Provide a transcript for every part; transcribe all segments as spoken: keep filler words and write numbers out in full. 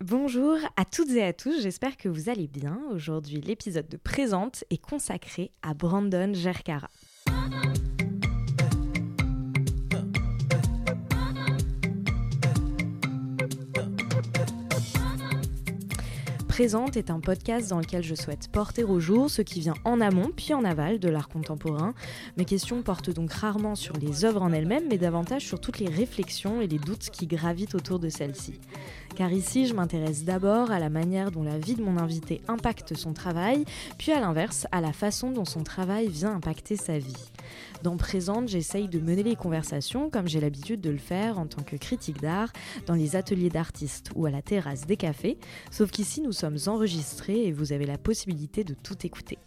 Bonjour à toutes et à tous, j'espère que vous allez bien. Aujourd'hui, l'épisode de Présente est consacré à Brandon Gercara. Présente est un podcast dans lequel je souhaite porter au jour ce qui vient en amont puis en aval de l'art contemporain. Mes questions portent donc rarement sur les œuvres en elles-mêmes, mais davantage sur toutes les réflexions et les doutes qui gravitent autour de celles-ci. Car ici, je m'intéresse d'abord à la manière dont la vie de mon invité impacte son travail, puis à l'inverse, à la façon dont son travail vient impacter sa vie. Dans Présente, j'essaye de mener les conversations comme j'ai l'habitude de le faire en tant que critique d'art, dans les ateliers d'artistes ou à la terrasse des cafés, sauf qu'ici nous sommes enregistrés et vous avez la possibilité de tout écouter.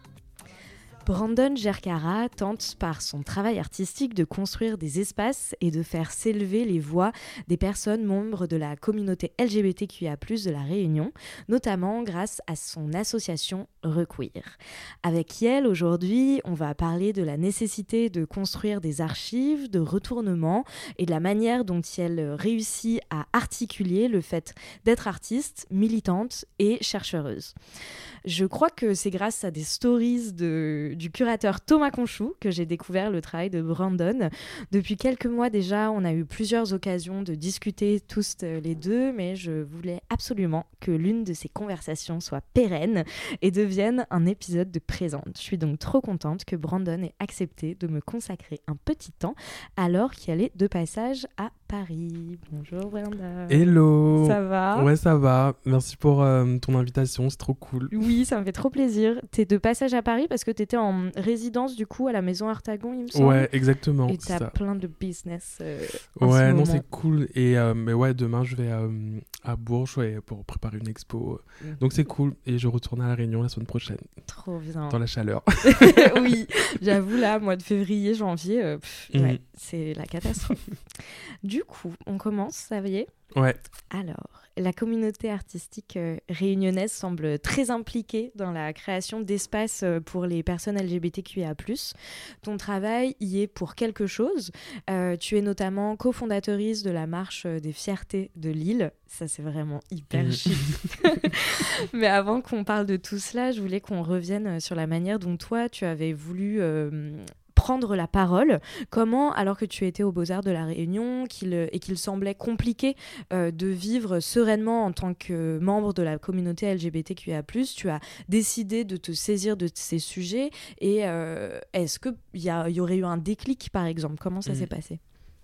Brandon Gercara tente par son travail artistique de construire des espaces et de faire s'élever les voix des personnes membres de la communauté L G B T Q I A plus, de La Réunion, notamment grâce à son association Requeer. Avec Yael, aujourd'hui, on va parler de la nécessité de construire des archives, de retournements et de la manière dont elle réussit à articuler le fait d'être artiste, militante et chercheuse. Je crois que c'est grâce à des stories de, du curateur Thomas Conchou que j'ai découvert le travail de Brandon. Depuis quelques mois déjà, on a eu plusieurs occasions de discuter tous les deux, mais je voulais absolument que l'une de ces conversations soit pérenne et devienne un épisode de Présente. Je suis donc trop contente que Brandon ait accepté de me consacrer un petit temps alors qu'il est de passage à Paris. Bonjour Brandon. Hello. Ça va ? Ouais, ça va. Merci pour euh, ton invitation, c'est trop cool. Oui, ça me fait trop plaisir. T'es de passage à Paris parce que t'étais en résidence du coup à la Maison Artagon, il me semble. Ouais, exactement. Et t'as ça. plein de business. Euh, en ouais, ce non, moment. c'est cool. Et euh, mais ouais, demain je vais euh, à Bourges ouais, pour préparer une expo. Mmh. Donc c'est cool. Et je retourne à La Réunion la semaine prochaine. Trop bien. Dans la chaleur. Oui, j'avoue là, mois de février, janvier, euh, pff, mmh. ouais, c'est la catastrophe. Du coup, on commence, ça y est ? Ouais. Alors, la communauté artistique euh, réunionnaise semble très impliquée dans la création d'espaces euh, pour les personnes L G B T Q I A plus. Ton travail y est pour quelque chose. Euh, tu es notamment cofondatrice de la Marche des Fiertés de Lille. Ça, c'est vraiment hyper mmh. chic. Mais avant qu'on parle de tout cela, je voulais qu'on revienne sur la manière dont toi, tu avais voulu... Euh, prendre la parole, comment, alors que tu étais aux Beaux-Arts de La Réunion qu'il, et qu'il semblait compliqué euh, de vivre sereinement en tant que membre de la communauté L G B T Q I A plus, tu as décidé de te saisir de ces sujets et euh, est-ce qu'il y, y aurait eu un déclic par exemple ? Comment ça mmh. s'est passé ?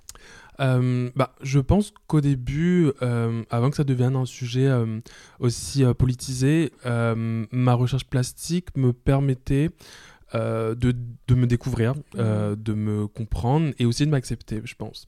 Euh, bah, je pense qu'au début, euh, avant que ça devienne un sujet euh, aussi euh, politisé, euh, ma recherche plastique me permettait Euh, de, de me découvrir, euh, de me comprendre et aussi de m'accepter, je pense.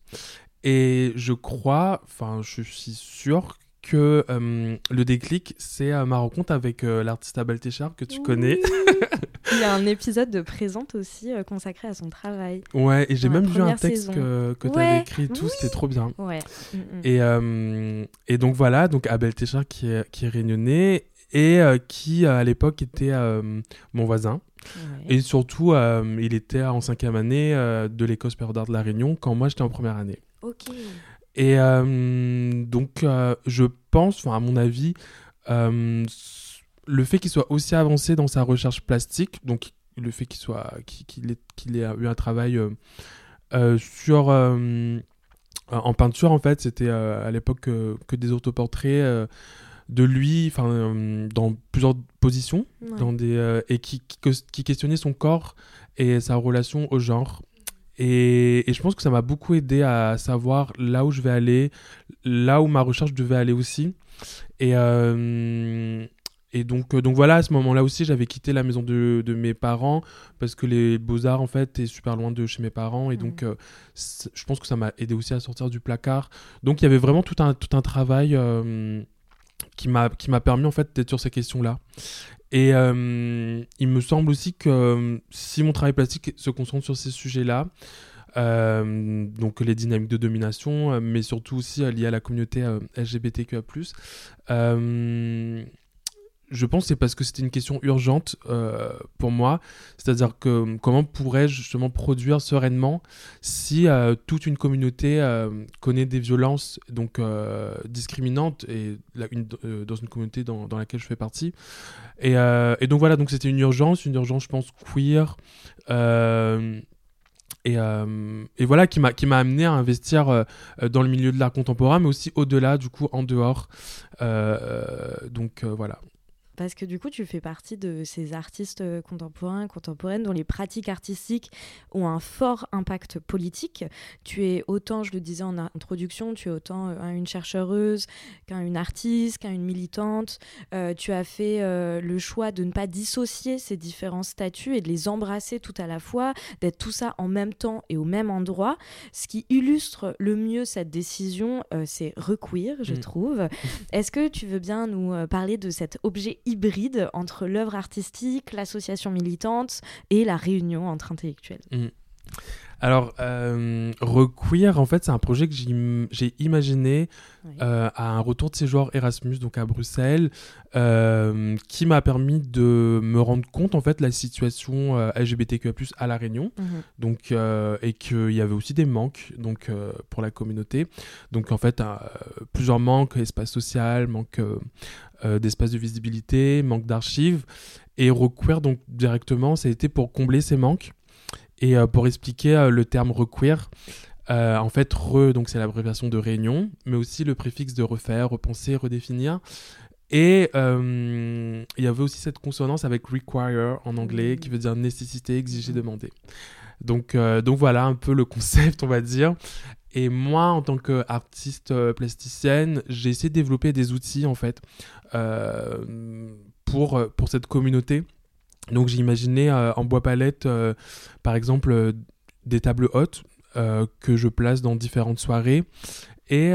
Et je crois, enfin, je suis sûr que euh, le déclic, c'est euh, ma rencontre avec euh, l'artiste Abel Téchard, que tu oui. connais. Il y a un épisode de Présente aussi euh, consacré à son travail. Ouais, et j'ai même lu un texte saison. que, que ouais. tu avais écrit et tout, oui. c'était trop bien. Ouais. Mm-hmm. Et, euh, et donc voilà, donc Abel Téchard qui est, qui est réunionnais et euh, qui, à l'époque, était euh, mon voisin. Ouais. Et surtout, euh, il était en cinquième année euh, de l'école supérieure d'art de La Réunion quand moi j'étais en première année. Ok. Et euh, donc, euh, je pense, enfin à mon avis, euh, le fait qu'il soit aussi avancé dans sa recherche plastique, donc le fait qu'il soit, qu'il, qu'il ait, qu'il ait eu un travail euh, euh, sur euh, en peinture en fait, c'était euh, à l'époque euh, que des autoportraits. Euh, de lui, enfin, euh, dans plusieurs positions, ouais. dans des, euh, et qui, qui, qui questionnait son corps et sa relation au genre. Et, et je pense que ça m'a beaucoup aidé à savoir là où je vais aller, là où ma recherche devait aller aussi. Et, euh, et donc, euh, donc voilà, à ce moment-là aussi, j'avais quitté la maison de, de mes parents parce que les Beaux-Arts, en fait, est super loin de chez mes parents. Et mmh. donc, euh, je pense que ça m'a aidé aussi à sortir du placard. Donc, il y avait vraiment tout un, tout un travail... Euh, qui m'a, qui m'a permis en fait d'être sur ces questions-là. Et euh, il me semble aussi que euh, si mon travail plastique se concentre sur ces sujets-là, euh, donc les dynamiques de domination, euh, mais surtout aussi euh, liées à la communauté euh, L G B T Q I A plus, euh, je pense que c'est parce que c'était une question urgente euh, pour moi. C'est-à-dire que comment pourrais-je justement produire sereinement si euh, toute une communauté euh, connaît des violences donc, euh, discriminantes et la, une, euh, dans une communauté dans, dans laquelle je fais partie. Et, euh, et donc voilà, donc c'était une urgence, une urgence je pense queer. Euh, Et, euh, et voilà, qui m'a, qui m'a amené à investir euh, dans le milieu de l'art contemporain, mais aussi au-delà, du coup, en dehors. Euh, donc euh, voilà. Parce que du coup, tu fais partie de ces artistes contemporains, contemporaines dont les pratiques artistiques ont un fort impact politique. Tu es autant, je le disais en introduction, tu es autant euh, une chercheuse qu'une artiste, qu'une militante. Euh, tu as fait euh, le choix de ne pas dissocier ces différents statuts et de les embrasser tout à la fois, d'être tout ça en même temps et au même endroit. Ce qui illustre le mieux cette décision, euh, c'est Requeer, je mmh. trouve. Est-ce que tu veux bien nous parler de cet objet hybride entre l'œuvre artistique, l'association militante et la réunion entre intellectuels? Mmh. Alors, euh, Requeer, en fait, c'est un projet que j'ai, j'ai imaginé oui. euh, à un retour de séjour Erasmus, donc à Bruxelles, euh, qui m'a permis de me rendre compte, en fait, de la situation euh, L G B T Q I A plus, à La Réunion, mmh. donc, euh, et qu'il y avait aussi des manques donc, euh, pour la communauté. Donc, en fait, euh, plusieurs manques, espace social, manque euh, euh, d'espace de visibilité, manque d'archives. Et Requeer, donc, directement, ça a été pour combler ces manques. Et euh, pour expliquer euh, le terme requeer, euh, en fait, re, donc c'est l'abréviation de réunion, mais aussi le préfixe de refaire, repenser, redéfinir. Et euh, il y avait aussi cette consonance avec require en anglais, mmh. qui veut dire nécessiter, exiger, mmh. demander. Donc, euh, donc voilà un peu le concept, on va dire. Et moi, en tant qu'artiste euh, plasticienne, j'ai essayé de développer des outils, en fait, euh, pour, pour cette communauté. Donc j'ai imaginé euh, en bois palette, euh, par exemple, euh, des tables hautes euh, que je place dans différentes soirées et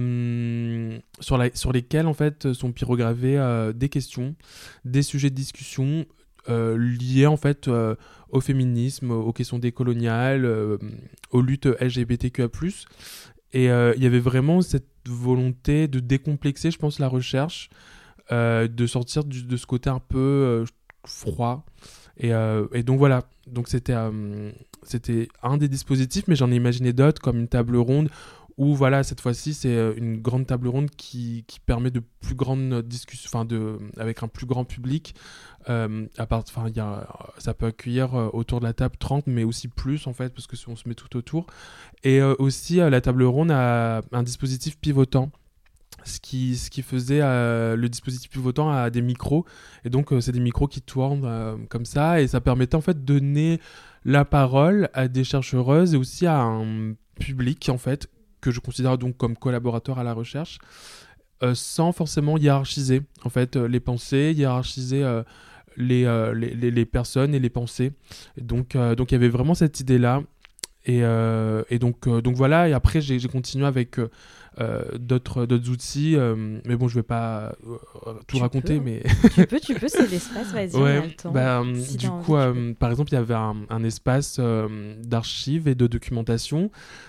euh, sur, la, sur lesquelles en fait sont pyrogravées euh, des questions, des sujets de discussion euh, liés en fait euh, au féminisme, aux questions décoloniales, euh, aux luttes L G B T Q I A plus. Et il euh, y avait vraiment cette volonté de décomplexer, je pense, la recherche, euh, de sortir du, de ce côté un peu euh, froid et, euh, et donc voilà, donc c'était, euh, c'était un des dispositifs, mais j'en ai imaginé d'autres comme une table ronde où voilà, cette fois-ci c'est une grande table ronde qui, qui permet de plus grandes discussions, enfin de, avec un plus grand public, euh, à part, enfin il y a, ça peut accueillir euh, autour de la table trente mais aussi plus en fait parce que on se met tout autour et euh, aussi euh, la table ronde a un dispositif pivotant. Ce qui, ce qui faisait euh, le dispositif pivotant à des micros. Et donc, euh, c'est des micros qui tournent euh, comme ça. Et ça permettait en fait de donner la parole à des chercheuses et aussi à un public, en fait, que je considère donc comme collaborateur à la recherche, euh, sans forcément hiérarchiser, en fait, euh, les pensées, hiérarchiser euh, les, euh, les, les, les personnes et les pensées. Et donc, euh, donc, il y avait vraiment cette idée-là. Et, euh, et donc, euh, donc voilà, et après j'ai, j'ai continué avec euh, d'autres, d'autres outils, euh, mais bon, je ne vais pas euh, tout tu raconter. Peux, mais... tu peux, tu peux, c'est l'espace, vas-y, ouais, on a le temps. Bah, si du coup, euh, par exemple, il y avait un, un espace euh, d'archives et de documentation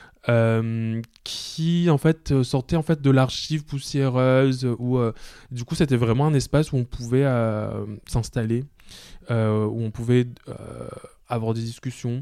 euh, qui, en fait, sortait en fait, de l'archive poussiéreuse, où euh, du coup, c'était vraiment un espace où on pouvait euh, s'installer, euh, où on pouvait euh, avoir des discussions.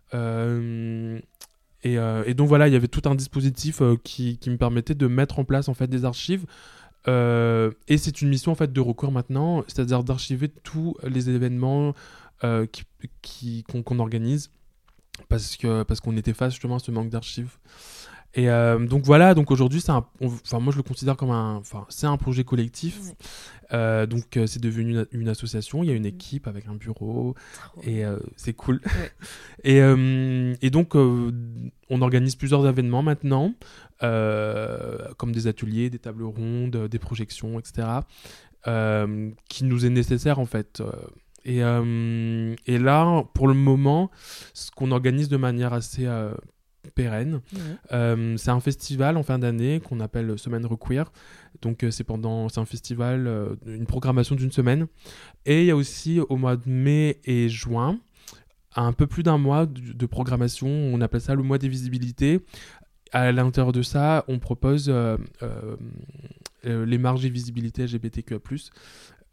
Euh, et, euh, et donc voilà, il y avait tout un dispositif euh, qui, qui me permettait de mettre en place en fait des archives. Euh, et c'est une mission en fait de Requeer maintenant, c'est-à-dire d'archiver tous les événements euh, qui, qui, qu'on, qu'on organise parce que parce qu'on était face justement à ce manque d'archives. Et euh, donc voilà, donc aujourd'hui, c'est un, enfin moi je le considère comme un, enfin c'est un projet collectif. Ouais. Euh, donc euh, c'est devenu une, une association. Il y a une équipe avec un bureau Trop et euh, c'est cool. Ouais. et euh, et donc euh, on organise plusieurs événements maintenant, euh, comme des ateliers, des tables rondes, des projections, et cetera. Euh, qui nous est nécessaire en fait. Et euh, et là, pour le moment, ce qu'on organise de manière assez euh, pérenne. Mmh. Euh, c'est un festival en fin d'année qu'on appelle Semaine Requeer. Donc euh, c'est pendant, c'est un festival, euh, une programmation d'une semaine. Et il y a aussi au mois de mai et juin, un peu plus d'un mois de, de programmation. On appelle ça le mois des visibilités. À l'intérieur de ça, on propose euh, euh, les marges et visibilités L G B T Q I A plus,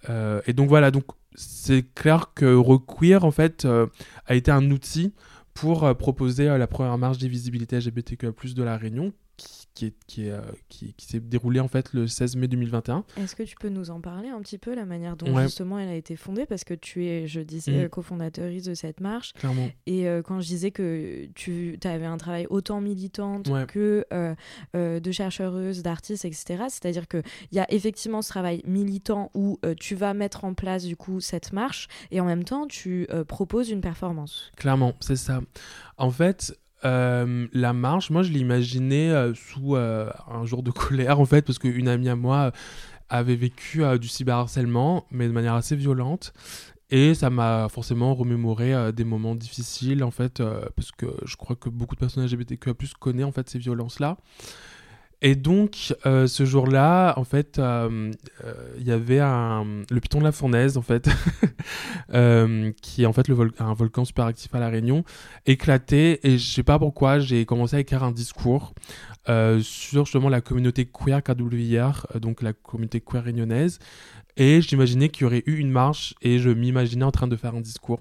Euh, et donc voilà, donc c'est clair que Requeer en fait euh, a été un outil pour euh, proposer euh, la première marche des visibilités L G B T Q I plus, de la Réunion, qui, qui, est, qui, est, euh, qui, qui s'est déroulée en fait le seize mai deux mille vingt et un. Est-ce que tu peux nous en parler un petit peu, la manière dont Ouais. justement elle a été fondée, parce que tu es, je disais, Mmh. cofondatrice de cette marche. Clairement. Et euh, quand je disais que tu avais un travail autant militante Ouais. que euh, euh, de chercheuse, d'artiste, et cetera, c'est-à-dire qu'il y a effectivement ce travail militant où euh, tu vas mettre en place du coup cette marche et en même temps tu euh, proposes une performance. Clairement, c'est ça. En fait, euh, la marche, moi je l'imaginais euh, sous euh, un jour de colère en fait, parce qu'une amie à moi avait vécu euh, du cyberharcèlement, mais de manière assez violente. Et ça m'a forcément remémoré euh, des moments difficiles, en fait, euh, parce que je crois que beaucoup de personnes L G B T Q I plus, connaissent en fait ces violences-là. Et donc, euh, ce jour-là, en fait, il euh, euh, y avait un, le Piton de la Fournaise, en fait, euh, qui est en fait le vol- un volcan super actif à La Réunion, éclaté. Et je sais pas pourquoi, j'ai commencé à écrire un discours euh, sur justement la communauté queer K W I R, euh, donc la communauté queer réunionnaise. Et j'imaginais qu'il y aurait eu une marche et je m'imaginais en train de faire un discours.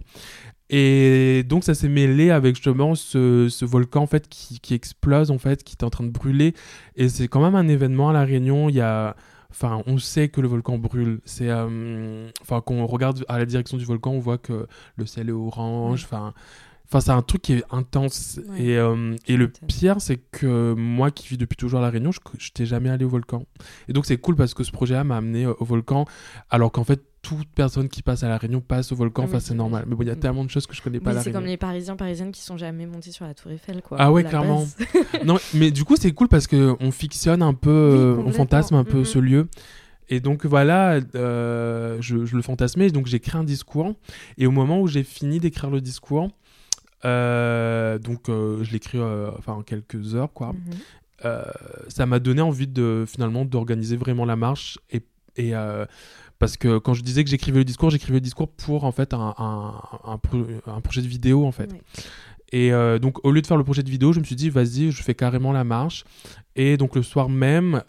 Et donc ça s'est mêlé avec justement ce, ce volcan en fait qui, qui explose en fait, qui est en train de brûler. Et c'est quand même un événement à La Réunion. Il y a, enfin, on sait que le volcan brûle. C'est, euh, enfin, quand on regarde à la direction du volcan, on voit que le ciel est orange. Enfin. Enfin, c'est un truc qui est intense. Ouais. Et, euh, et le pire, c'est que moi qui vis depuis toujours à La Réunion, je n'étais jamais allé au volcan. Et donc, c'est cool parce que ce projet-là m'a amené au volcan, alors qu'en fait, toute personne qui passe à La Réunion passe au volcan. Enfin, Oui, c'est normal. Mais bon, il y a mmh. tellement de choses que je connais pas à La c'est Réunion. comme les Parisiens, Parisiennes qui sont jamais montés sur la Tour Eiffel, quoi. Ah ouais, clairement. Non, mais du coup, c'est cool parce qu'on fictionne un peu, oui, on fantasme un peu mmh. ce lieu. Et donc voilà, euh, je, je le fantasmais. Donc, j'ai écrit un discours. Et au moment où j'ai fini d'écrire le discours, Euh, donc euh, je l'écris euh, enfin, en quelques heures quoi. Mm-hmm. Euh, ça m'a donné envie de finalement d'organiser vraiment la marche et, et euh, parce que quand je disais que j'écrivais le discours, j'écrivais le discours pour en fait un, un, un, pro, un projet de vidéo en fait. Oui. Et euh, donc au lieu de faire le projet de vidéo, je me suis dit vas-y, je fais carrément la marche. Et donc le soir même,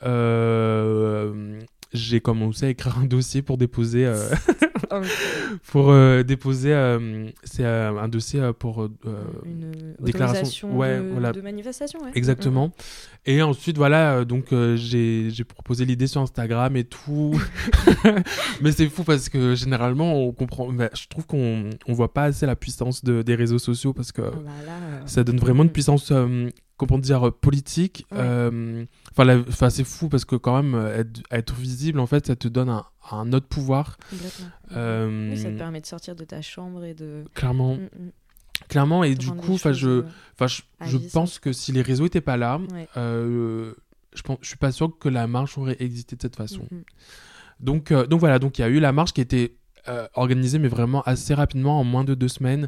euh, j'ai commencé à écrire un dossier pour déposer euh, okay. pour euh, déposer euh, c'est euh, un dossier pour euh, une déclaration ouais, de, voilà. de manifestation ouais. Exactement. Mm-hmm. Et ensuite voilà euh, donc euh, j'ai j'ai proposé l'idée sur Instagram et tout. Mais c'est fou parce que généralement on comprend bah, je trouve qu'on on voit pas assez la puissance de, des réseaux sociaux parce que oh là là, euh... ça donne vraiment une puissance euh, comment dire politique. Ouais. euh, enfin la, enfin c'est fou parce que quand même être, être visible en fait ça te donne un, un autre pouvoir. Euh... Oui, ça te permet de sortir de ta chambre et de clairement mm-hmm. clairement et du coup enfin je enfin je, je pense que si les réseaux étaient pas là ouais. euh, je pense je suis pas sûr que la marche aurait existé de cette façon. Mm-hmm. donc euh, donc voilà donc il y a eu la marche qui était euh, organisée mais vraiment assez rapidement en moins de deux semaines.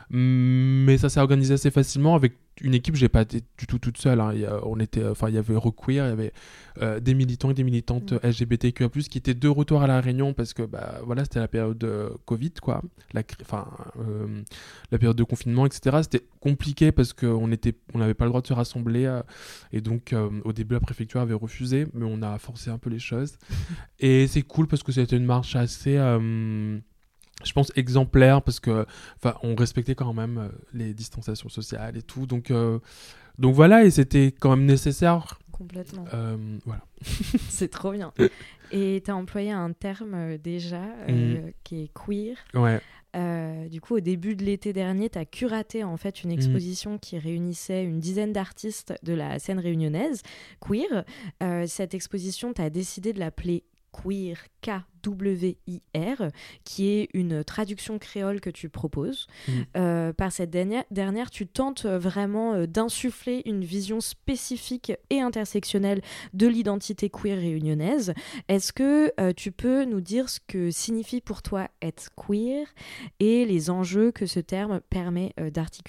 Mais ça s'est organisé assez facilement avec une équipe. J'ai pas été du tout toute seule. Hein. Il y a, on était, enfin, il y avait Requeer, il y avait euh, des militants et des militantes mmh. L G B T Q I plus, qui étaient de retour à La Réunion parce que, bah, voilà, c'était la période de Covid, quoi. La, enfin, euh, la période de confinement, et cetera. C'était compliqué parce qu'on était, on n'avait pas le droit de se rassembler euh, et donc euh, au début la préfecture avait refusé, mais on a forcé un peu les choses. Et c'est cool parce que c'était une marche assez euh, je pense exemplaire parce que enfin on respectait quand même euh, les distanciations sociales et tout donc euh, donc voilà et c'était quand même nécessaire complètement euh, voilà c'est trop bien. Et tu as employé un terme euh, déjà euh, mmh. qui est queer. Ouais. Euh, du coup, au début de l'été dernier, tu as curaté en fait une exposition mmh. qui réunissait une dizaine d'artistes de la scène réunionnaise queer. Euh, cette exposition, tu as décidé de l'appeler Queer, K W I R, qui est une traduction créole que tu proposes. Mmh. Euh, par cette dernière, dernière, tu tentes vraiment euh, d'insuffler une vision spécifique et intersectionnelle de l'identité queer réunionnaise. Est-ce que euh, tu peux nous dire ce que signifie pour toi être queer et les enjeux que ce terme permet euh, d'articuler ?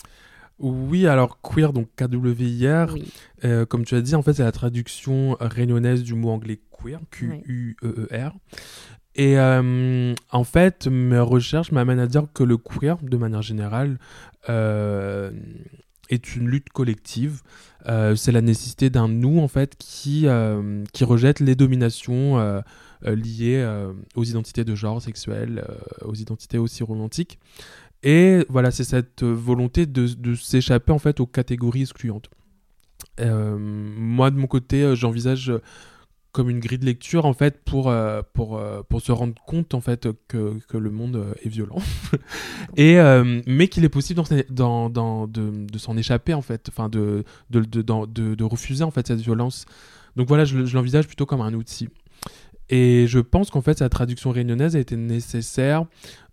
Oui, alors queer, donc K W I R, oui. euh, comme tu as dit, en fait, c'est la traduction réunionnaise du mot anglais queer, Q U E E R. Et euh, en fait, mes recherches m'amènent à dire que le queer, de manière générale, euh, est une lutte collective. Euh, c'est la nécessité d'un nous en fait qui, euh, qui rejette les dominations euh, euh, liées euh, aux identités de genre sexuelles, euh, aux identités aussi romantiques. Et voilà, c'est cette volonté de, de s'échapper en fait aux catégories excluantes. Euh, moi de mon côté, j'envisage comme une grille de lecture en fait pour euh, pour euh, pour se rendre compte en fait que que le monde euh, est violent et euh, mais qu'il est possible dans, dans dans de de s'en échapper en fait, enfin de de de de, de, de refuser en fait cette violence. Donc voilà, je, je l'envisage plutôt comme un outil. Et je pense qu'en fait sa traduction réunionnaise a été nécessaire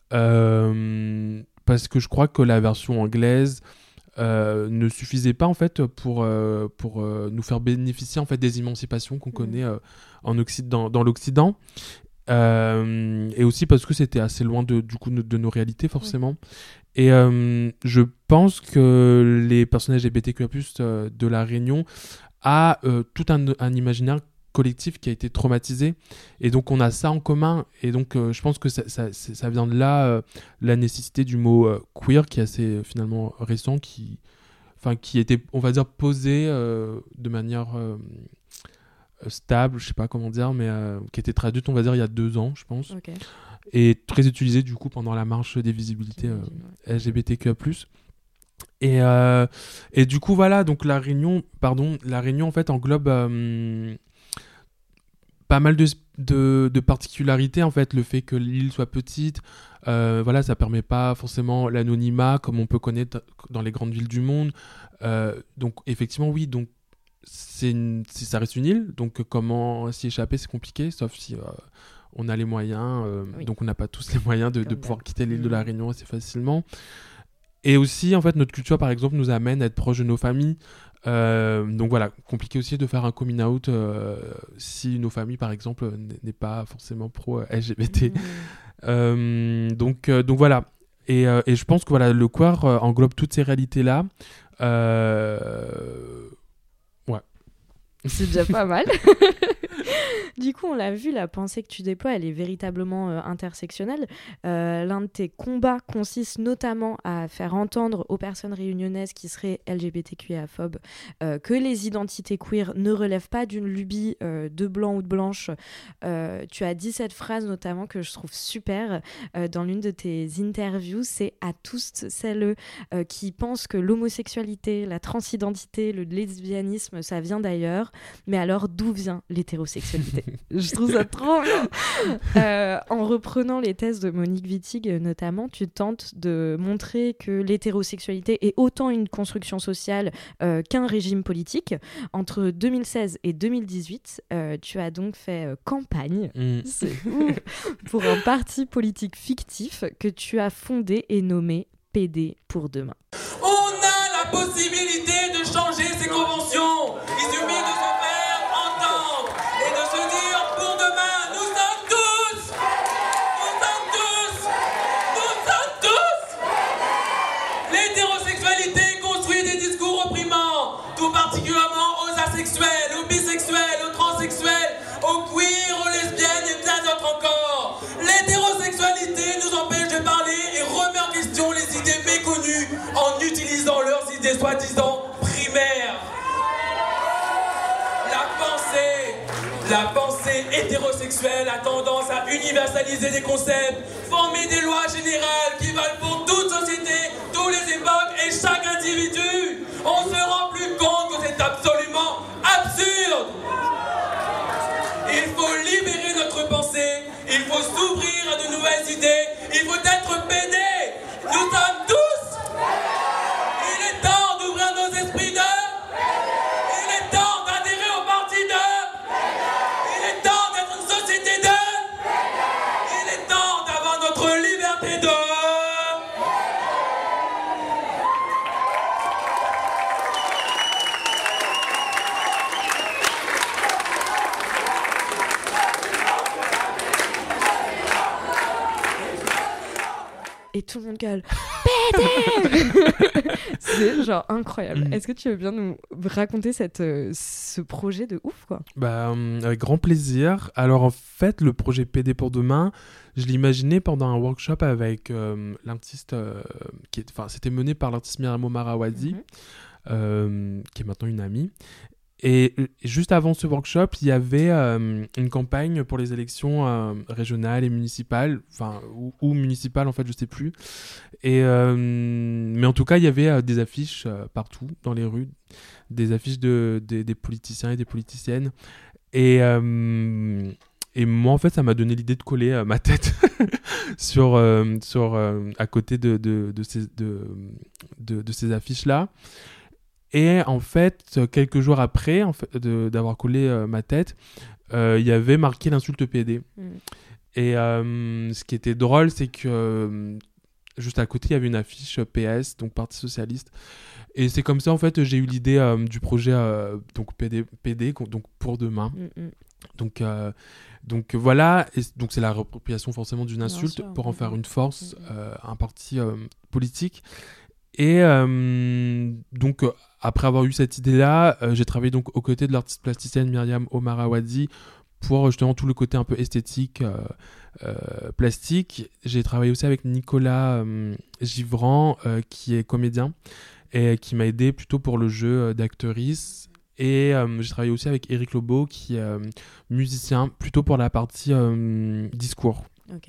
euh, parce que je crois que la version anglaise Euh, ne suffisait pas en fait pour, euh, pour euh, nous faire bénéficier en fait des émancipations qu'on mmh. connaît euh, en Occident, dans l'Occident euh, et aussi parce que c'était assez loin de, du coup, de, de nos réalités forcément. Mmh. Et euh, je pense que les personnes L G B T Q I A plus, euh, de la Réunion a euh, tout un, un imaginaire collectif qui a été traumatisé, et donc on a ça en commun, et donc euh, je pense que ça, ça, ça vient de là euh, la nécessité du mot euh, queer qui est assez euh, finalement récent, qui, enfin, qui était on va dire posé euh, de manière euh, stable, je sais pas comment dire, mais euh, qui était traduite on va dire il y a deux ans je pense, okay. Et très utilisée du coup pendant la marche des visibilités euh, L G B T Q I A plus. Et, euh, et du coup voilà, donc la Réunion, pardon, la Réunion en fait englobe euh, pas mal de, de, de particularités en fait, le fait que l'île soit petite, euh, voilà, ça permet pas forcément l'anonymat comme on peut connaître dans les grandes villes du monde. Euh, donc effectivement oui, donc c'est une, si ça reste une île, donc comment s'y échapper c'est compliqué, sauf si euh, on a les moyens, euh, oui. Donc on n'a pas tous les moyens de, de pouvoir quitter l'île mmh. de la Réunion assez facilement. Et aussi en fait notre culture par exemple nous amène à être proche de nos familles. Euh, donc voilà, compliqué aussi de faire un coming out euh, si nos familles par exemple n'est pas forcément pro L G B T. Mmh. Euh, donc, euh, donc voilà, et, euh, et je pense que voilà, le queer euh, englobe toutes ces réalités là. Euh... Ouais. C'est déjà pas mal. Du coup, on l'a vu, la pensée que tu déploies, elle est véritablement euh, intersectionnelle. Euh, l'un de tes combats consiste notamment à faire entendre aux personnes réunionnaises qui seraient L G B T Q I A-phobes euh, que les identités queer ne relèvent pas d'une lubie euh, de blanc ou de blanche. Euh, tu as dit cette phrase notamment que je trouve super euh, dans l'une de tes interviews, c'est à tous celles euh, qui pensent que l'homosexualité, la transidentité, le lesbianisme, ça vient d'ailleurs. Mais alors, d'où vient l'hétérosexualité ? Je trouve ça trop bien. Euh, en reprenant les thèses de Monique Wittig, notamment, tu tentes de montrer que l'hétérosexualité est autant une construction sociale euh, qu'un régime politique. Entre deux mille seize et deux mille dix-huit, euh, tu as donc fait euh, campagne mmh. c'est ouf, pour un parti politique fictif que tu as fondé et nommé P D pour demain. On a la possibilité de changer ces conventions. Il suffit de se faire entendre et de se dire pour demain, nous sommes tous, nous sommes tous, nous sommes tous. L'hétérosexualité construit des discours opprimants, tout particulièrement aux asexuels, aux bisexuels, aux transsexuels, aux queers, aux lesbiennes et bien d'autres encore. L'hétérosexualité nous empêche de parler et remet en question les idées méconnues en utilisant leurs idées soi-disant primaires. La pensée, la pensée hétérosexuelle a tendance à universaliser des concepts, former des lois générales qui valent pour toute société, toutes les époques et chaque individu. On se rend plus compte que c'est absolument absurde. Il faut libérer notre pensée, il faut s'ouvrir à de nouvelles idées, il faut être pédé. Nous sommes tous. Il est temps d'ouvrir nos esprits d'eux. Il est temps d'adhérer au parti d'eux. Il est temps d'être une société d'eux. Il est temps d'avoir notre liberté d'eux. Et tout le monde gueule P arrêtez. C'est genre incroyable. Mm. Est-ce que tu veux bien nous raconter cette, euh, ce projet de ouf, quoi? Bah, euh, avec grand plaisir. Alors en fait, le projet P D pour demain, je l'imaginais pendant un workshop avec euh, l'artiste, euh, qui est, enfin, c'était mené par l'artiste Myriam Omar Awadi, Mhm. euh, qui est maintenant une amie. Et euh, juste avant ce workshop, il y avait euh, une campagne pour les élections euh, régionales et municipales, enfin, ou, ou municipales en fait, je sais plus. Et, euh, mais en tout cas, il y avait euh, des affiches euh, partout dans les rues, des affiches de, des- des politiciens et des politiciennes. Et, euh, et moi, en fait, ça m'a donné l'idée de coller euh, ma tête sur, euh, sur, euh, à côté de, de, de ces, de, de, de ces affiches-là. Et en fait, quelques jours après en fait, de- d'avoir collé euh, ma tête, euh, il y avait marqué l'insulte P D. Mm. Et euh, ce qui était drôle, c'est que euh, juste à côté, il y avait une affiche P S, donc Parti Socialiste. Et c'est comme ça, en fait, j'ai eu l'idée euh, du projet euh, donc P D, P D, donc pour demain. Mm, mm. Donc, euh, donc voilà, et c- donc c'est la réappropriation forcément d'une insulte sûr, pour en mhm. faire une force, Mhm. euh, un parti euh, politique. Et euh, donc, euh, après avoir eu cette idée-là, euh, j'ai travaillé donc aux côtés de l'artiste plasticienne Myriam Omar Awadi pour justement tout le côté un peu esthétique, euh, euh, plastique. J'ai travaillé aussi avec Nicolas euh, Givran, euh, qui est comédien et qui m'a aidé plutôt pour le jeu euh, d'actrice. Et euh, j'ai travaillé aussi avec Eric Lobo, qui est euh, musicien, plutôt pour la partie euh, discours. Ok.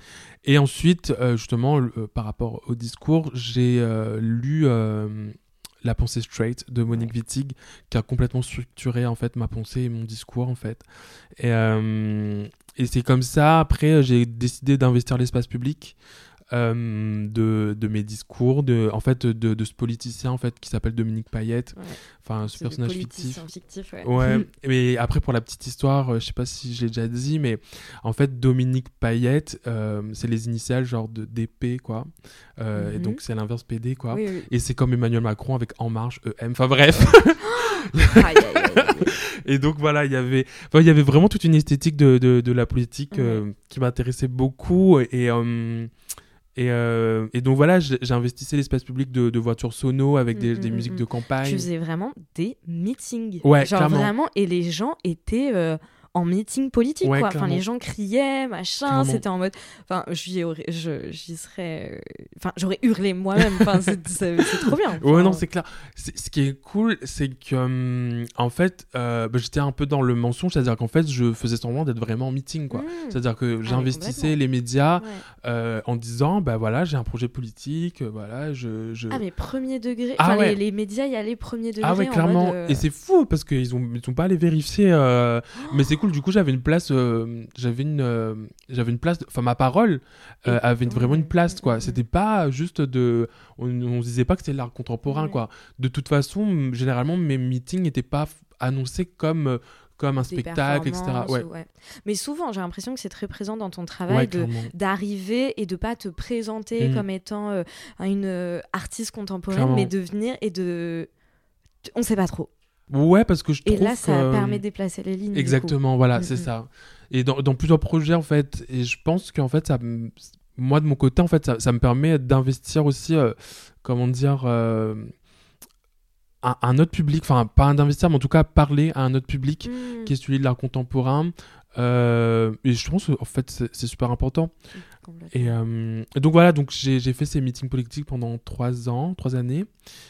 Et ensuite, euh, justement, euh, par rapport au discours, j'ai euh, lu euh, La pensée straight de Monique Ouais. Wittig, qui a complètement structuré en fait ma pensée et mon discours en fait. Et, euh, et c'est comme ça, après, j'ai décidé d'investir l'espace public. Euh, de, de mes discours, de, en fait, de, de ce politicien en fait, qui s'appelle Dominique Payette, Ouais. enfin ce C'est le personnage fictif. politicien fictif, ouais. Ouais, mais après pour la petite histoire, euh, je sais pas si je l'ai déjà dit, mais en fait Dominique Payette, euh, c'est les initiales genre de D P quoi, Euh, et Mhm. donc c'est l'inverse P D quoi. Oui, oui. Et c'est comme Emmanuel Macron avec En Marche E M. Enfin bref. Aïe, aïe, aïe, aïe. Et donc voilà, il y avait, enfin, il y avait vraiment toute une esthétique de, de, de la politique euh, qui m'intéressait beaucoup et euh, et, euh, et donc voilà, j'ai- j'investissais l'espace public de, de voitures sono avec des, Mm, des mm, musiques mm. de Tu campagne. faisais vraiment des meetings. Ouais, genre clairement. vraiment, et les gens étaient euh, en meeting politique, Ouais, quoi. Enfin, clairement. les gens criaient, machin, Clairement. c'était en mode... Enfin, j'y aurais- je- j'y serais... euh, Enfin, j'aurais hurlé moi-même, enfin, c'est c'est- c'est trop bien. Ouais, Enfin, non, c'est clair. C'est- Ce qui est cool, c'est que, hum, en fait, euh, bah, j'étais un peu dans le mensonge, c'est-à-dire qu'en fait, je faisais semblant d'être vraiment en meeting, quoi. mm, C'est-à-dire que j'investissais complètement. les médias ouais. euh, en disant, bah voilà, j'ai un projet politique, euh, voilà, je... je... Ah, mais premier degré. Ah Enfin, ouais. les, les médias y allaient premier degré. Ah ouais, en clairement. mode, euh, Et c'est fou parce qu'ils ont, ils sont pas allés vérifier. euh, Mais c'est cool. Du coup, j'avais une place. euh, J'avais une, euh, j'avais une place. de- Enfin, ma parole euh, Et- avait une- vraiment une ouais. place, Mm, quoi. mm, C'était pas juste de. On, on se disait pas que c'était l'art contemporain, Ouais. quoi. De toute façon, m- généralement, mes meetings n'étaient pas f- annoncés comme euh, comme un des spectacle, et cetera. performances, Ouais. ouais. Mais souvent, j'ai l'impression que c'est très présent dans ton Ouais, travail de clairement. d'arriver et de pas te présenter Mm. comme étant euh, une euh, artiste contemporaine, Clairement. mais de venir et de... On sait pas trop. Ouais, parce que je Et trouve là, ça que- permet de déplacer les lignes. du coup. Exactement, voilà, Mm, c'est mm. ça. Et dans, dans plusieurs projets, en fait, et je pense qu'en fait, ça, me- moi, de mon côté, en fait, ça, ça me permet d'investir aussi, euh, comment dire, euh, un, un autre public, enfin, pas d'investir, mais en tout cas, parler à un autre public Mm, qui est celui de l'art contemporain. Euh, et je pense en fait, c'est c'est super important. complètement. Et, euh, et donc voilà, donc j'ai j'ai fait ces meetings politiques pendant trois ans, trois années.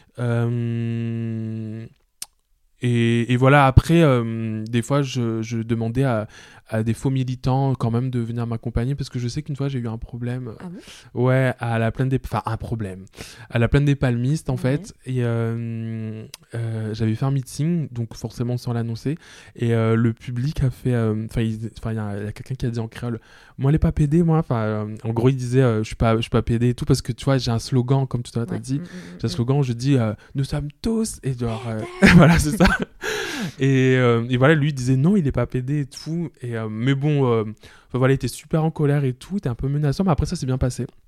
Euh, Et, et voilà, après, euh, des fois, je, je demandais à, à des faux militants quand même de venir m'accompagner parce que je sais qu'une fois, j'ai eu un problème. Ah bon ? Ouais, à la plaine des... Enfin, un problème. À la plaine des Palmistes, en Ouais. fait. Et euh, euh, j'avais fait un meeting, donc forcément sans l'annoncer. Et euh, le public a fait... euh, Enfin, il enfin, il y a, il y a quelqu'un qui a dit en créole, moi, elle est pas pédée, moi. Enfin, euh, en gros, il disait, euh, je suis pas, je suis pas pédée et tout parce que, tu vois, j'ai un slogan, comme tout à l'heure, t'as Ouais. dit. Mm, mm, J'ai un mm. slogan où je dis euh, nous sommes tous et genre euh, voilà c'est ça et, euh, et voilà lui il disait non il est pas pédé et tout et euh, mais bon euh, enfin, voilà il était super en colère et tout il était un peu menaçant mais après ça s'est bien passé Ouais.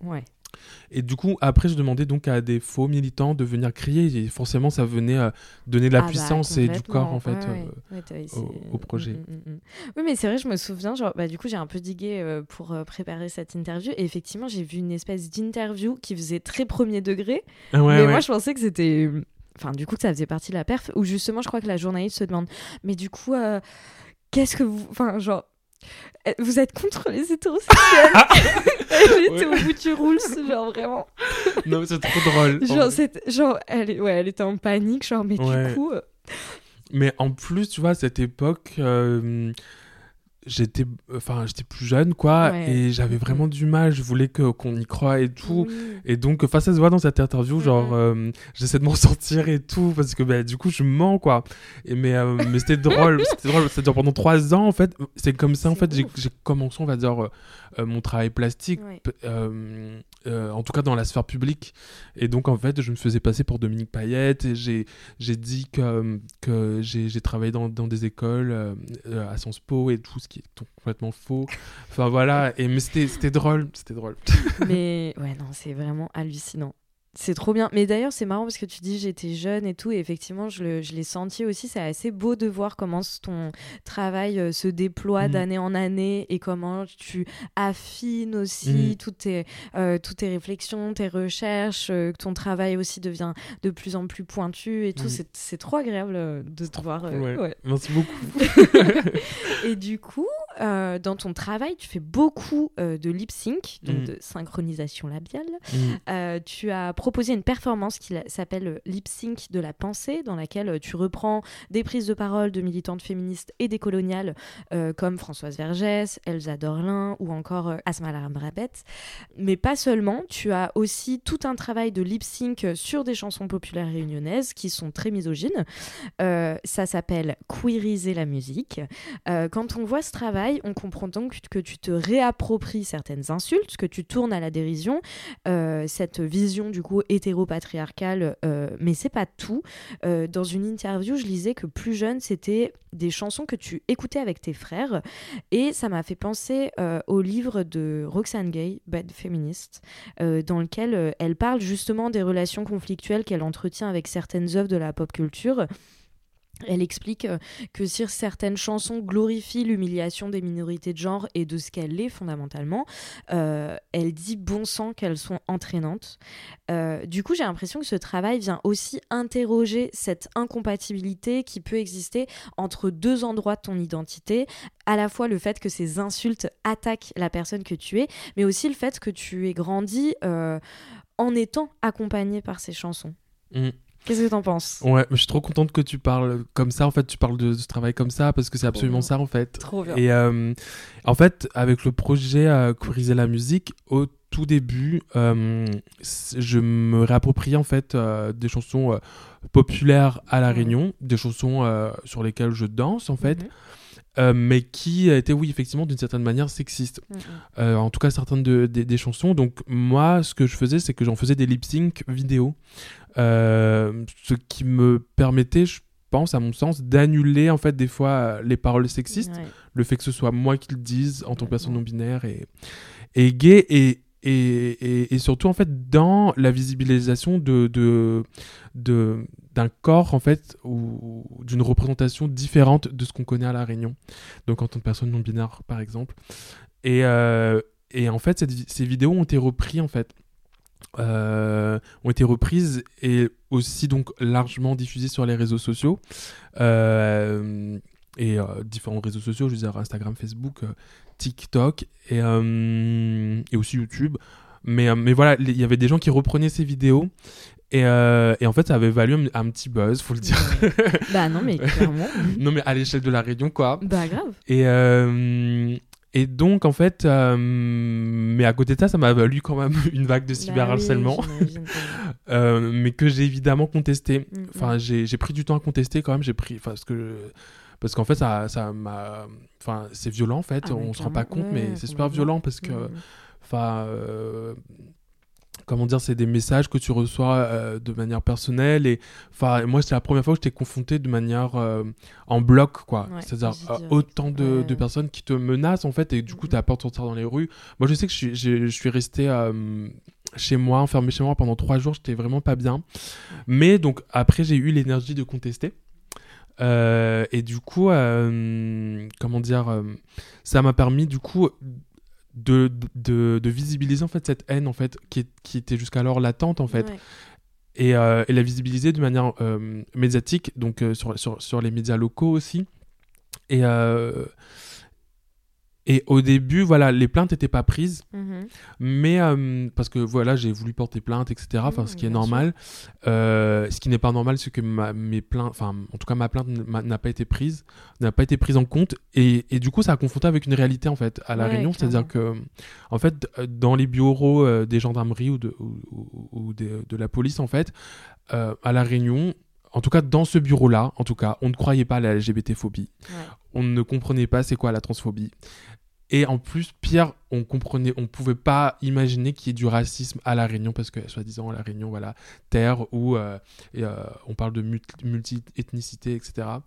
Et du coup, après, je demandais donc à des faux militants de venir crier. Et forcément, ça venait euh, donner de la Ah puissance bah, et du corps, en fait, ouais, ouais. euh, Ouais, t'as au, au projet. Mm, mm, mm. Oui, mais c'est vrai, je me souviens, genre, bah, du coup, j'ai un peu digué euh, pour euh, préparer cette interview. Et effectivement, j'ai vu une espèce d'interview qui faisait très premier degré. Ah ouais, mais ouais. moi, je pensais que c'était... Enfin, du coup, que ça faisait partie de la perf. Où justement, je crois que la journaliste se demande, mais du coup, euh, qu'est-ce que vous... Enfin, genre... Vous êtes contre les hétérosexuels? Elle était Ouais. au bout du roules, genre vraiment. Non, mais c'est trop drôle. Genre, c'est, genre elle, est- ouais, elle était en panique, genre, mais Ouais. du coup. euh, Mais en plus, tu vois, à cette époque, euh, j'étais, enfin, j'étais plus jeune, quoi, Ouais. et j'avais vraiment du mal. Je voulais que, qu'on y croie et tout. oui. Et donc, enfin, ça se voit dans cette interview, Mhm. genre, euh, j'essaie de m'en sortir et tout, parce que, bah, du coup, je mens, quoi. Et, mais, euh, mais c'était drôle, c'était drôle. C'est-à-dire, pendant trois ans, en fait, c'est comme ça, en C'est fait, j'ai, ouf. j'ai commencé, on va dire, euh, euh, mon travail plastique, Ouais. p- euh, euh, en tout cas dans la sphère publique. Et donc, en fait, je me faisais passer pour Dominique Payette, et j'ai, j'ai dit que, que j'ai, j'ai travaillé dans, dans des écoles, euh, euh, à Sciences Po et tout, ce qui est complètement faux. Enfin, voilà. Et, mais c'était, c'était drôle, c'était drôle. Mais ouais, non, c'est vraiment hallucinant. C'est trop bien. Mais d'ailleurs, c'est marrant parce que tu dis j'étais jeune et tout. Et effectivement, je, le, je l'ai senti aussi. C'est assez beau de voir comment ton travail euh, se déploie Mhm. d'année en année et comment tu affines aussi Mhm. toutes, tes, euh, toutes tes réflexions, tes recherches, euh, que ton travail aussi devient de plus en plus pointu et tout. Mhm. C'est, c'est trop agréable euh, de te voir. euh, Ouais. ouais. Merci beaucoup. Et du coup, euh, dans ton travail, tu fais beaucoup euh, de lip sync, donc Mhm. de synchronisation labiale. Mhm. Euh, tu as proposé une performance qui la- s'appelle euh, Lip Sync de la pensée, dans laquelle euh, tu reprends des prises de parole de militantes féministes et décoloniales euh, comme Françoise Vergès, Elsa Dorlin ou encore euh, Asma Lambrabet. Mais pas seulement, tu as aussi tout un travail de lip sync sur des chansons populaires réunionnaises qui sont très misogynes. Euh, ça s'appelle Queeriser la musique. Euh, quand on voit ce travail, on comprend donc que tu te réappropries certaines insultes, que tu tournes à la dérision, euh, cette vision du coup hétéro-patriarcale, euh, mais c'est pas tout. Euh, dans une interview, je lisais que plus jeune, c'était des chansons que tu écoutais avec tes frères, et ça m'a fait penser euh, au livre de Roxane Gay, Bad Feminist, euh, dans lequel euh, elle parle justement des relations conflictuelles qu'elle entretient avec certaines œuvres de la pop culture. Elle explique euh, que si certaines chansons glorifient l'humiliation des minorités de genre et de ce qu'elle est fondamentalement, euh, elle dit bon sang qu'elles sont entraînantes. Euh, du coup, j'ai l'impression que ce travail vient aussi interroger cette incompatibilité qui peut exister entre deux endroits de ton identité, à la fois le fait que ces insultes attaquent la personne que tu es, mais aussi le fait que tu aies grandi euh, en étant accompagné par ces chansons. Mm. Qu'est-ce que t'en penses ? Ouais, mais je suis trop contente que tu parles comme ça, en fait, tu parles de, de ce travail comme ça, parce que c'est absolument bien. ça, en fait. Trop bien. Et euh, en fait, avec le projet euh, Queeriser la musique, au tout début, euh, c- je me réappropriais, en fait, euh, des chansons euh, populaires à La Ouais. Réunion, des chansons euh, sur lesquelles je danse, en fait, Mhm. euh, mais qui étaient, oui, effectivement, d'une certaine manière sexistes. Mhm. Euh, en tout cas, certaines de, des- des chansons. Donc, moi, ce que je faisais, c'est que j'en faisais des lip-sync vidéo. Euh, ce qui me permettait, je pense, à mon sens, d'annuler, en fait, des fois, euh, les paroles sexistes. Ouais. Le fait que ce soit moi qui le dise en tant que personne Complètement. non-binaire et, et gay. Et, et, et, et surtout, en fait, dans la visibilisation de... de, de d'un corps, en fait, ou ou d'une représentation différente de ce qu'on connaît à La Réunion. Donc, en tant que personne non-binaire, par exemple. Et, euh, et en fait, cette vi- ces vidéos ont été reprises, en fait. Euh, ont été reprises et aussi donc largement diffusées sur les réseaux sociaux. Euh, et euh, différents réseaux sociaux, je veux dire Instagram, Facebook, euh, TikTok et, euh, et aussi YouTube. Mais, euh, mais voilà, il y avait des gens qui reprenaient ces vidéos. Et, euh, et en fait, ça avait valu un, un petit buzz, faut le dire. Bah non, mais clairement. Non, mais à l'échelle de la Réunion, quoi. Bah grave. Et, euh, et donc, en fait, euh, mais à côté de ça, ça m'a valu quand même une vague de cyberharcèlement, Bah oui, j'imagine. euh, mais que j'ai évidemment contesté. Mm, Enfin, j'ai, j'ai pris du temps à contester quand même. J'ai pris, parce que, parce qu'en fait, ça, ça m'a, enfin, c'est violent en fait. Ah, on mais se rend pas clairement, compte, ouais, mais c'est super complètement. violent parce que, Mm. enfin. euh, Comment dire, c'est des messages que tu reçois euh, de manière personnelle et enfin moi c'était la première fois que j'étais confronté de manière euh, en bloc quoi, Ouais, c'est-à-dire j'ai euh, dit, autant de, ouais. de personnes qui te menacent en fait et du coup Mhm. t'as peur de sortir dans les rues. Moi je sais que je suis, j'ai- je suis resté euh, chez moi, enfermé chez moi pendant trois jours, j'étais vraiment pas bien. Mais donc après, j'ai eu l'énergie de contester. Euh, et du coup, euh, comment dire, euh, ça m'a permis du coup de, de, de visibiliser en fait cette haine en fait qui, est, qui était jusqu'alors latente en fait. Ouais. Et, euh, et la visibiliser de manière euh, médiatique, donc euh, sur, sur, sur les médias locaux aussi. Et, euh, et au début, voilà, les plaintes n'étaient pas prises, Mm-hmm. mais euh, parce que voilà, j'ai voulu porter plainte, et cetera. Enfin, Mmh, ce qui est bien normal. Euh, ce qui n'est pas normal, c'est que ma, mes plaintes, enfin, en tout cas, ma plainte n'a, n'a pas été prise, n'a pas été prise en compte. Et, et du coup, ça a confronté avec une réalité en fait à la Ouais, Réunion, c'est-à-dire que, en fait, dans les bureaux euh, des gendarmeries ou de, ou, ou, ou des, de la police, en fait, euh, à la Réunion. En tout cas, dans ce bureau-là, en tout cas, on ne croyait pas à la L G B T-phobie. Ouais. On ne comprenait pas c'est quoi la transphobie. Et en plus, pire, on comprenait, on pouvait pas imaginer qu'il y ait du racisme à la Réunion parce que, soi-disant, la Réunion, voilà, terre où euh, et, euh, on parle de multi- multi-ethnicité, et cetera.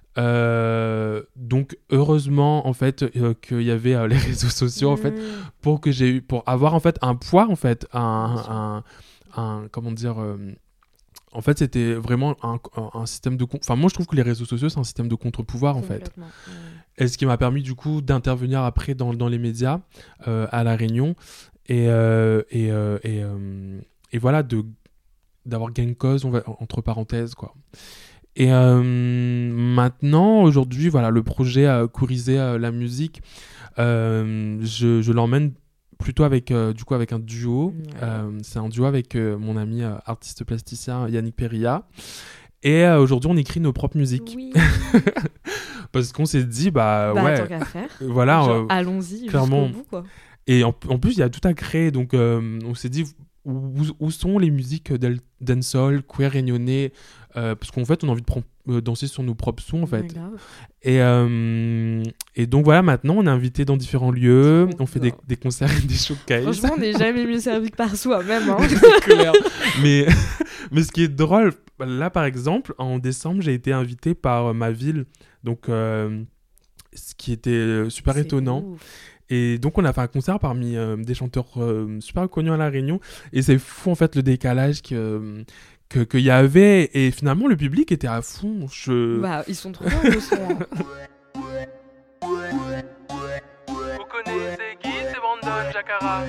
Euh, donc, heureusement, en fait, euh, qu'il y avait euh, les réseaux sociaux, en fait, Mmh. pour que j'ai eu, pour avoir en fait un poids, en fait, un, Bien sûr. un, un, comment dire. Euh, En fait, c'était vraiment un, un, un système de... Con... Enfin, moi, je trouve que les réseaux sociaux, c'est un système de contre-pouvoir, en fait. Complètement. Mmh. Et ce qui m'a permis, du coup, d'intervenir après dans, dans les médias, euh, à La Réunion. Et, euh, et, euh, et, euh, et voilà, de, d'avoir gain de cause, on va, entre parenthèses, quoi. Et euh, maintenant, aujourd'hui, voilà, le projet euh, Couriser euh, la musique, euh, je, je l'emmène plutôt avec, euh, du coup, avec un duo. Ouais. Euh, c'est un duo avec euh, mon ami euh, artiste plasticien Yannick Perilla. Et euh, aujourd'hui, on écrit nos propres musiques. Oui. Parce qu'on s'est dit, bah, Bah, ouais, tant qu'à faire. voilà. Genre, euh, allons-y clairement. jusqu'au bout, quoi. et en, en plus, il y a tout à créer. Donc, euh, on s'est dit, où, où sont les musiques del- dancehall, queer, réunionnais euh, parce qu'en fait, on a envie de prom- euh, danser sur nos propres sons, en fait. Ouais, grave. Et, euh, et donc, voilà, maintenant, on est invité dans différents lieux. Trop On fait des, bien. des concerts et des showcases. Franchement, on n'est jamais mieux servi que par soi-même. Hein. C'est clair. mais, mais ce qui est drôle, là, par exemple, en décembre, j'ai été invité par euh, ma ville. Donc, euh, ce qui était euh, super C'est étonnant. ouf. Et donc, on a fait un concert parmi euh, des chanteurs euh, super connus à La Réunion. Et c'est fou, en fait, le décalage que, que, qu'il y avait. Et finalement, le public était à fond. Je... Bah, ils sont trop bien, le son. Hein. Vous connaissez qui c'est Brandon Jacara?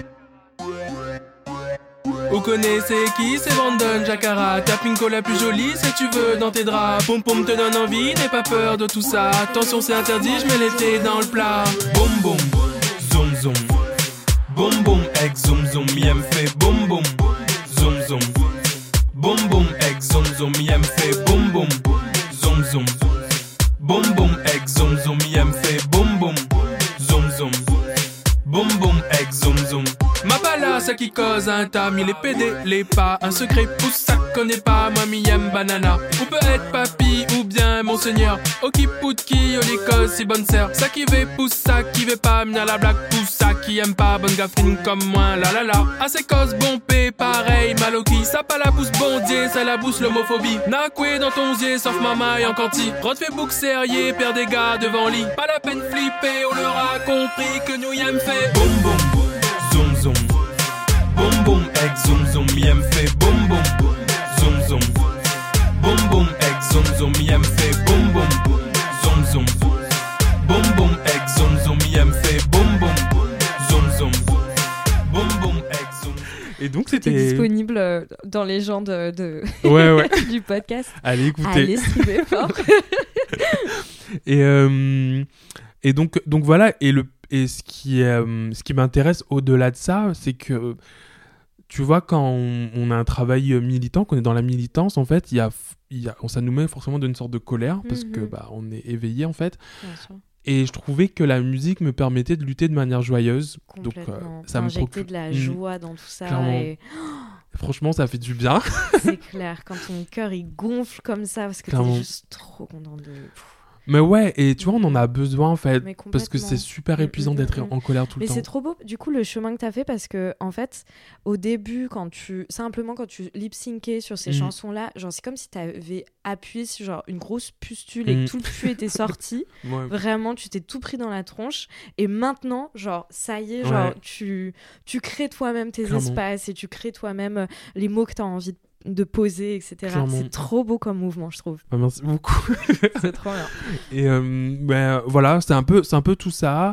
Vous connaissez qui c'est Brandon Jacara? Ta pinko la plus jolie si tu veux dans tes draps. Pom pom te donne envie, n'aie pas peur de tout ça. Attention c'est interdit, je mets l'été dans le plat. Boum boum, zoom zoom. Boum boum, ex zoom zoom, yem fait boum boum. Zoom zoom. Boum boum, ex zoom zoom, yem fait boum boum. Zoom zoom. Boum boum, ex zoom zoom, yem fait boum boum. Zoom zoom. Boum boum, ex zoom zoom. Ma palace qui cause un tas, les P D, les pas, un secret pousse, ça connaît pas, mamie aime banana. Ou peut être papy ou bien monseigneur. Oki poutki, oli cause, si bonne sœur. Ça qui veut pousse, ça qui veut pas, mia la blague pousse, ça qui aime pas, bonne gaffrine comme moi, la la la. À ses causes, bon P, pareil, maloki. Ça pas la pousse, bon dieu, ça la pousse l'homophobie. Nakwe dans ton zier, sauf maman et en canti. Rod fait bouc sérieux, perd des gars devant lit. Pas la peine flipper, on leur a compris que nous y aime fait. Boum boum. Zoom zoom, boum boum, ex zoom zoom, yem fait boum boum, zoom zoom, boum boum, ex zoom zoom, yem fait boum boum, zoom zoom, boum boum, ex zoom zoom, yem fait boum boum, zoom zoom, boum boum, ex zoom. Et donc, C'est c'était... disponible euh, dans les gens de, de... Ouais, ouais. du podcast. Allez, écoutez. Allez, streamer fort. Et, euh, et donc, donc voilà, et, le, et ce qui, euh, ce qui m'intéresse au-delà de ça, c'est que, tu vois, quand on, on a un travail militant, qu'on est dans la militance, en fait, il y a, il y a, ça nous met forcément dans une sorte de colère, parce Mhm. que bah, on est éveillé, en fait. Bien sûr. Et je trouvais que la musique me permettait de lutter de manière joyeuse. Donc, euh, Complètement. ça me Injecter procure... de la Mm. joie dans tout ça. Clairement. Et... Franchement, ça fait du bien. C'est clair, quand ton cœur il gonfle comme ça, parce que Clairement. t'es juste trop content de... Mais ouais, et tu vois, on en a besoin en fait, Mais parce que c'est super épuisant Mmh, mmh, d'être mmh. en colère tout Mais le temps. c'est trop beau, du coup, le chemin que tu as fait, parce que, en fait, au début, quand tu. Simplement, quand tu lip-syncais sur ces Mm. chansons-là, genre, c'est comme si tu avais appuyé sur genre, une grosse pustule et Mm. que tout le pu était sorti. Ouais. Vraiment, tu t'es tout pris dans la tronche. Et maintenant, genre, ça y est, genre, Ouais. tu, tu crées toi-même tes Clairement. espaces et tu crées toi-même euh, les mots que tu as envie de de poser, et cetera. Clairement. C'est trop beau comme mouvement, je trouve. Bah, merci beaucoup. C'est trop bien. Et euh, ben, voilà, c'est un peu, c'est un peu tout ça.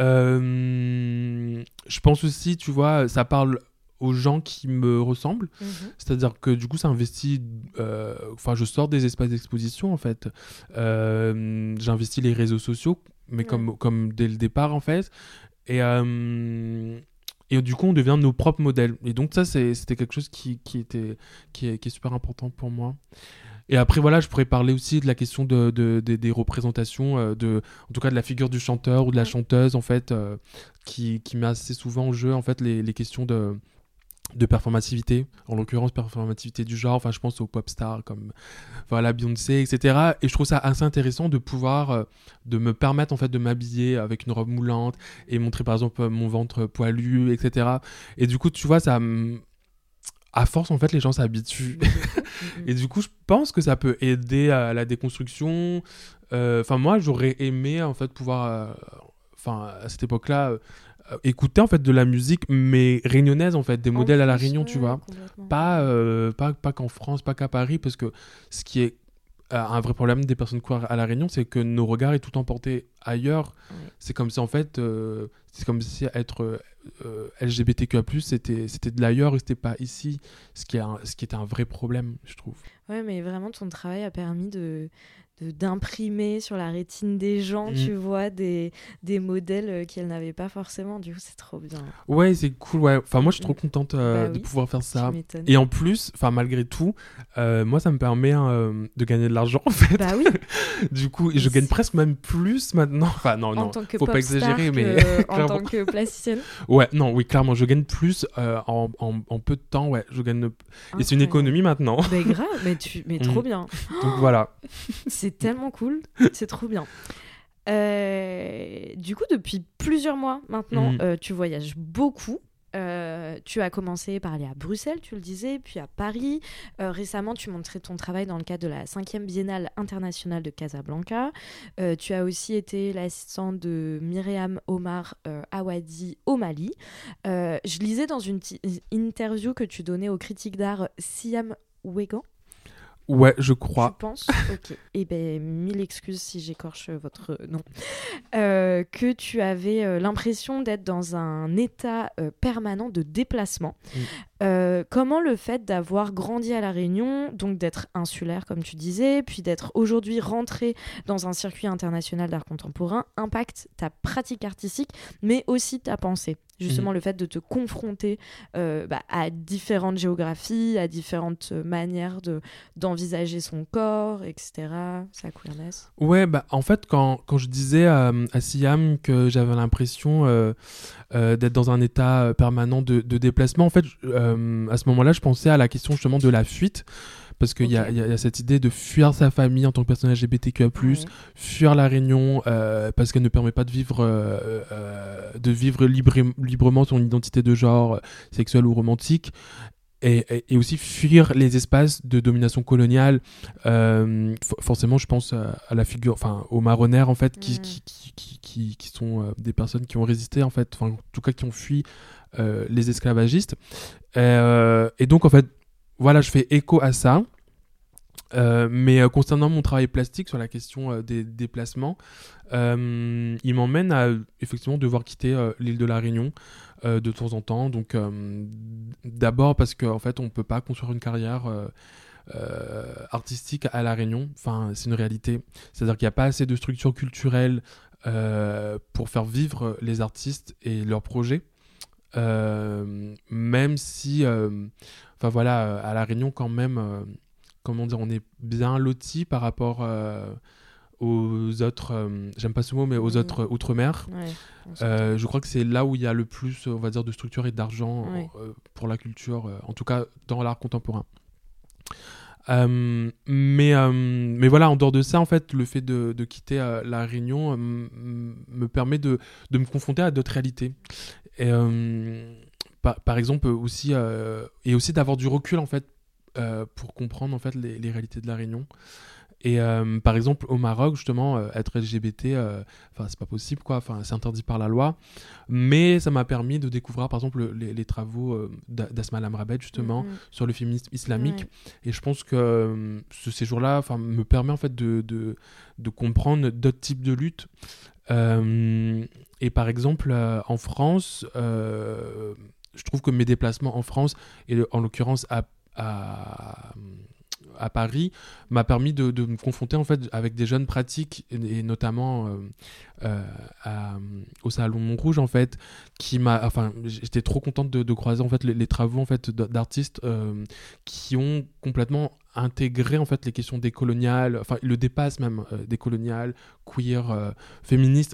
Euh, je pense aussi, tu vois, ça parle aux gens qui me ressemblent. Mhm. C'est-à-dire que du coup, ça investit. euh, Enfin, je sors des espaces d'exposition en fait. Euh, J'investis les réseaux sociaux, mais Ouais. comme, comme dès le départ en fait. Et, euh, et du coup, on devient nos propres modèles. Et donc, ça, c'est- c'était quelque chose qui, qui, était, qui, est, qui est super important pour moi. Et après, voilà, je pourrais parler aussi de la question de, de- de- des représentations, euh, de, en tout cas de la figure du chanteur ou de la Ouais. chanteuse, en fait, euh, qui, qui met assez souvent en jeu, en fait, les, les questions de, de performativité, en l'occurrence performativité du genre, enfin je pense aux pop stars comme voilà Beyoncé, et cetera. Et je trouve ça assez intéressant de pouvoir, euh, de me permettre en fait de m'habiller avec une robe moulante et montrer par exemple mon ventre poilu, et cetera. Et du coup tu vois ça, me- à force en fait les gens s'habituent. Et du coup je pense que ça peut aider à la déconstruction. Euh, Enfin moi j'aurais aimé en fait pouvoir, euh, enfin à cette époque-là. euh, écouter en fait de la musique mais réunionnaise en fait, des En modèles à la plus, Réunion, ouais, tu vois, complètement. pas euh, pas pas qu'en France, pas qu'à Paris, parce que ce qui est euh, un vrai problème des personnes queer à la Réunion, c'est que nos regards est tout emporté ailleurs. Ouais. C'est comme si en fait euh, c'est comme si être euh, L G B T Q A plus, c'était c'était de l'ailleurs et c'était pas ici, ce qui est un, ce qui était un vrai problème, je trouve. Ouais, mais vraiment, ton travail a permis de, de- d'imprimer sur la rétine des gens, Mm. tu vois, des, des modèles euh, qu'elles n'avaient pas forcément. Du coup, c'est trop bien. Ouais, c'est cool, ouais. Enfin moi je suis trop Mm. contente euh, Bah de oui, pouvoir faire ça. Tu m'étonnes. Et en plus, enfin malgré tout, euh, moi ça me permet hein, de gagner de l'argent en fait. Bah oui, Du coup, Mais je gagne c'est- presque même plus maintenant. Enfin, non, en non, tant que faut pop pas exagérer, star mais. que en clairement. tant que plasticienne. Ouais, non, oui, clairement, je gagne plus euh, en, en, en peu de temps, ouais. Je gagne. Et c'est une Incroyable. économie maintenant. Mais grave, mais, tu... mais trop Mm. bien. Donc voilà. C'est tellement cool, c'est trop bien. Euh, du coup, depuis plusieurs mois maintenant, Mhm. euh, tu voyages beaucoup. Euh, tu as commencé par aller à Bruxelles, tu le disais, puis à Paris. Euh, récemment, tu montrais ton travail dans le cadre de la cinquième Biennale internationale de Casablanca. Euh, tu as aussi été l'assistant de Myriam Omar euh, Awadi au Mali. Euh, je lisais dans une ti- interview que tu donnais au critique d'art Siam Wegan. Ouais, je Tu crois. penses Ok. Eh ben, mille excuses si j'écorche votre nom. Euh, que tu avais euh, l'impression d'être dans un état euh, permanent de déplacement. Mm. Euh, comment le fait d'avoir grandi à La Réunion, donc d'être insulaire comme tu disais, puis d'être aujourd'hui rentré dans un circuit international d'art contemporain, impacte ta pratique artistique, mais aussi ta pensée? Justement, Mhm. le fait de te confronter euh, bah, à différentes géographies, à différentes euh, manières de, d'envisager son corps, et cetera, sa queerness. Ouais, bah en fait, quand, quand je disais euh, à Siam que j'avais l'impression euh, euh, d'être dans un état euh, permanent de, de déplacement, en fait, je- euh, à ce moment-là, je pensais à la question justement de la fuite. Parce qu'il y, a- Ok. il y a il y a cette idée de fuir sa famille en tant que personne L G B T Q A plus, Ouais. fuir la Réunion euh, parce qu'elle ne permet pas de vivre, euh, euh, de vivre libre- librement son identité de genre euh, sexuelle ou romantique. Et, et- et aussi fuir les espaces de domination coloniale. Euh, for- forcément, je pense à, à la figure, enfin, aux marronnaires en fait, qui, Mm. qui, qui, qui, qui- qui sont euh, des personnes qui ont résisté en fait, enfin, en tout cas qui ont fui euh, les esclavagistes. Euh, et donc en fait, voilà, je fais écho à ça. Euh, mais euh, concernant mon travail plastique sur la question euh, des déplacements, euh, il m'emmène à effectivement devoir quitter euh, l'île de la Réunion euh, de temps en temps. Donc euh, d'abord parce qu'en fait on peut pas construire une carrière euh, euh, artistique à la Réunion. Enfin c'est une réalité. C'est-à-dire qu'il n'y a pas assez de structures culturelles euh, pour faire vivre les artistes et leurs projets. Euh, même si, euh, enfin voilà, à la Réunion quand même. Euh, comment dire, on est bien loti par rapport euh, aux autres, euh, j'aime pas ce mot, mais aux Mhm. autres outre-mer. Ouais, on s'entend. Euh, je crois que c'est là où il y a le plus, on va dire, de structure et d'argent Ouais. euh, pour la culture, euh, en tout cas dans l'art contemporain. Euh, mais, euh, mais voilà, en dehors de ça, en fait, le fait de, de quitter euh, La Réunion euh, m- me permet de, de me confronter à d'autres réalités. Et, euh, par, par exemple, aussi, euh, et aussi d'avoir du recul, en fait, euh, pour comprendre, en fait, les, les réalités de La Réunion. Et euh, par exemple, au Maroc, justement, euh, être L G B T, euh, c'est pas possible, quoi. C'est interdit par la loi. Mais ça m'a permis de découvrir, par exemple, les, les travaux euh, d'Asma Lamrabet, justement, mm-hmm. sur le féminisme islamique. Ouais. Et je pense que euh, ce séjour-là me permet, en fait, de, de, de comprendre d'autres types de luttes. Euh, et par exemple, euh, en France, euh, je trouve que mes déplacements en France, et en l'occurrence à, à à Paris, m'a permis de, de me confronter en fait avec des jeunes pratiques et, et notamment euh, euh, à, au Salon Montrouge en fait, qui m'a, enfin, j'étais trop contente de, de croiser en fait les, les travaux en fait d'artistes euh, qui ont complètement intégré en fait les questions décoloniales, enfin, le dépassent même euh, décoloniales, queer, euh, féministes.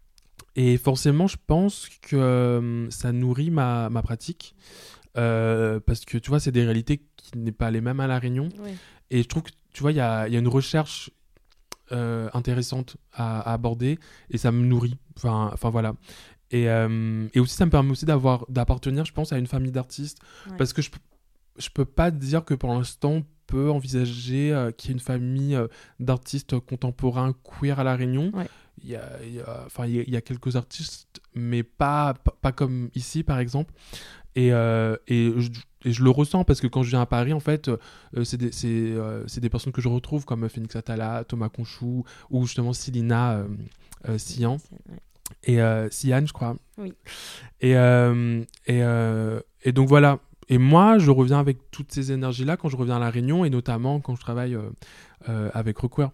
Et forcément, je pense que euh, ça nourrit ma, ma pratique. Euh, parce que tu vois, c'est des réalités qui n'est pas les mêmes à La Réunion. Oui. Et je trouve que tu vois, il y a, y a une recherche euh, intéressante à, à aborder et ça me nourrit. Enfin, enfin voilà. Et, euh, et aussi, ça me permet aussi d'avoir, d'appartenir, je pense, à une famille d'artistes. Ouais. Parce que je, je peux pas dire que pour l'instant, on peut envisager euh, qu'il y ait une famille euh, d'artistes contemporains queer à La Réunion. Ouais. Il y a, il y a, enfin, il y a, il y a quelques artistes, mais pas, pas, pas comme ici, par exemple. Et, euh, et, je, et je le ressens parce que quand je viens à Paris, en fait, euh, c'est, des, c'est, euh, c'est des personnes que je retrouve comme Phoenix Atala, Thomas Conchou ou justement Célina euh, euh, Sian. Ouais. Et euh, Sian, je crois. Oui. Et, euh, et, euh, et donc voilà. Et moi, je reviens avec toutes ces énergies-là quand je reviens à La Réunion et notamment quand je travaille euh, euh, avec Requeer.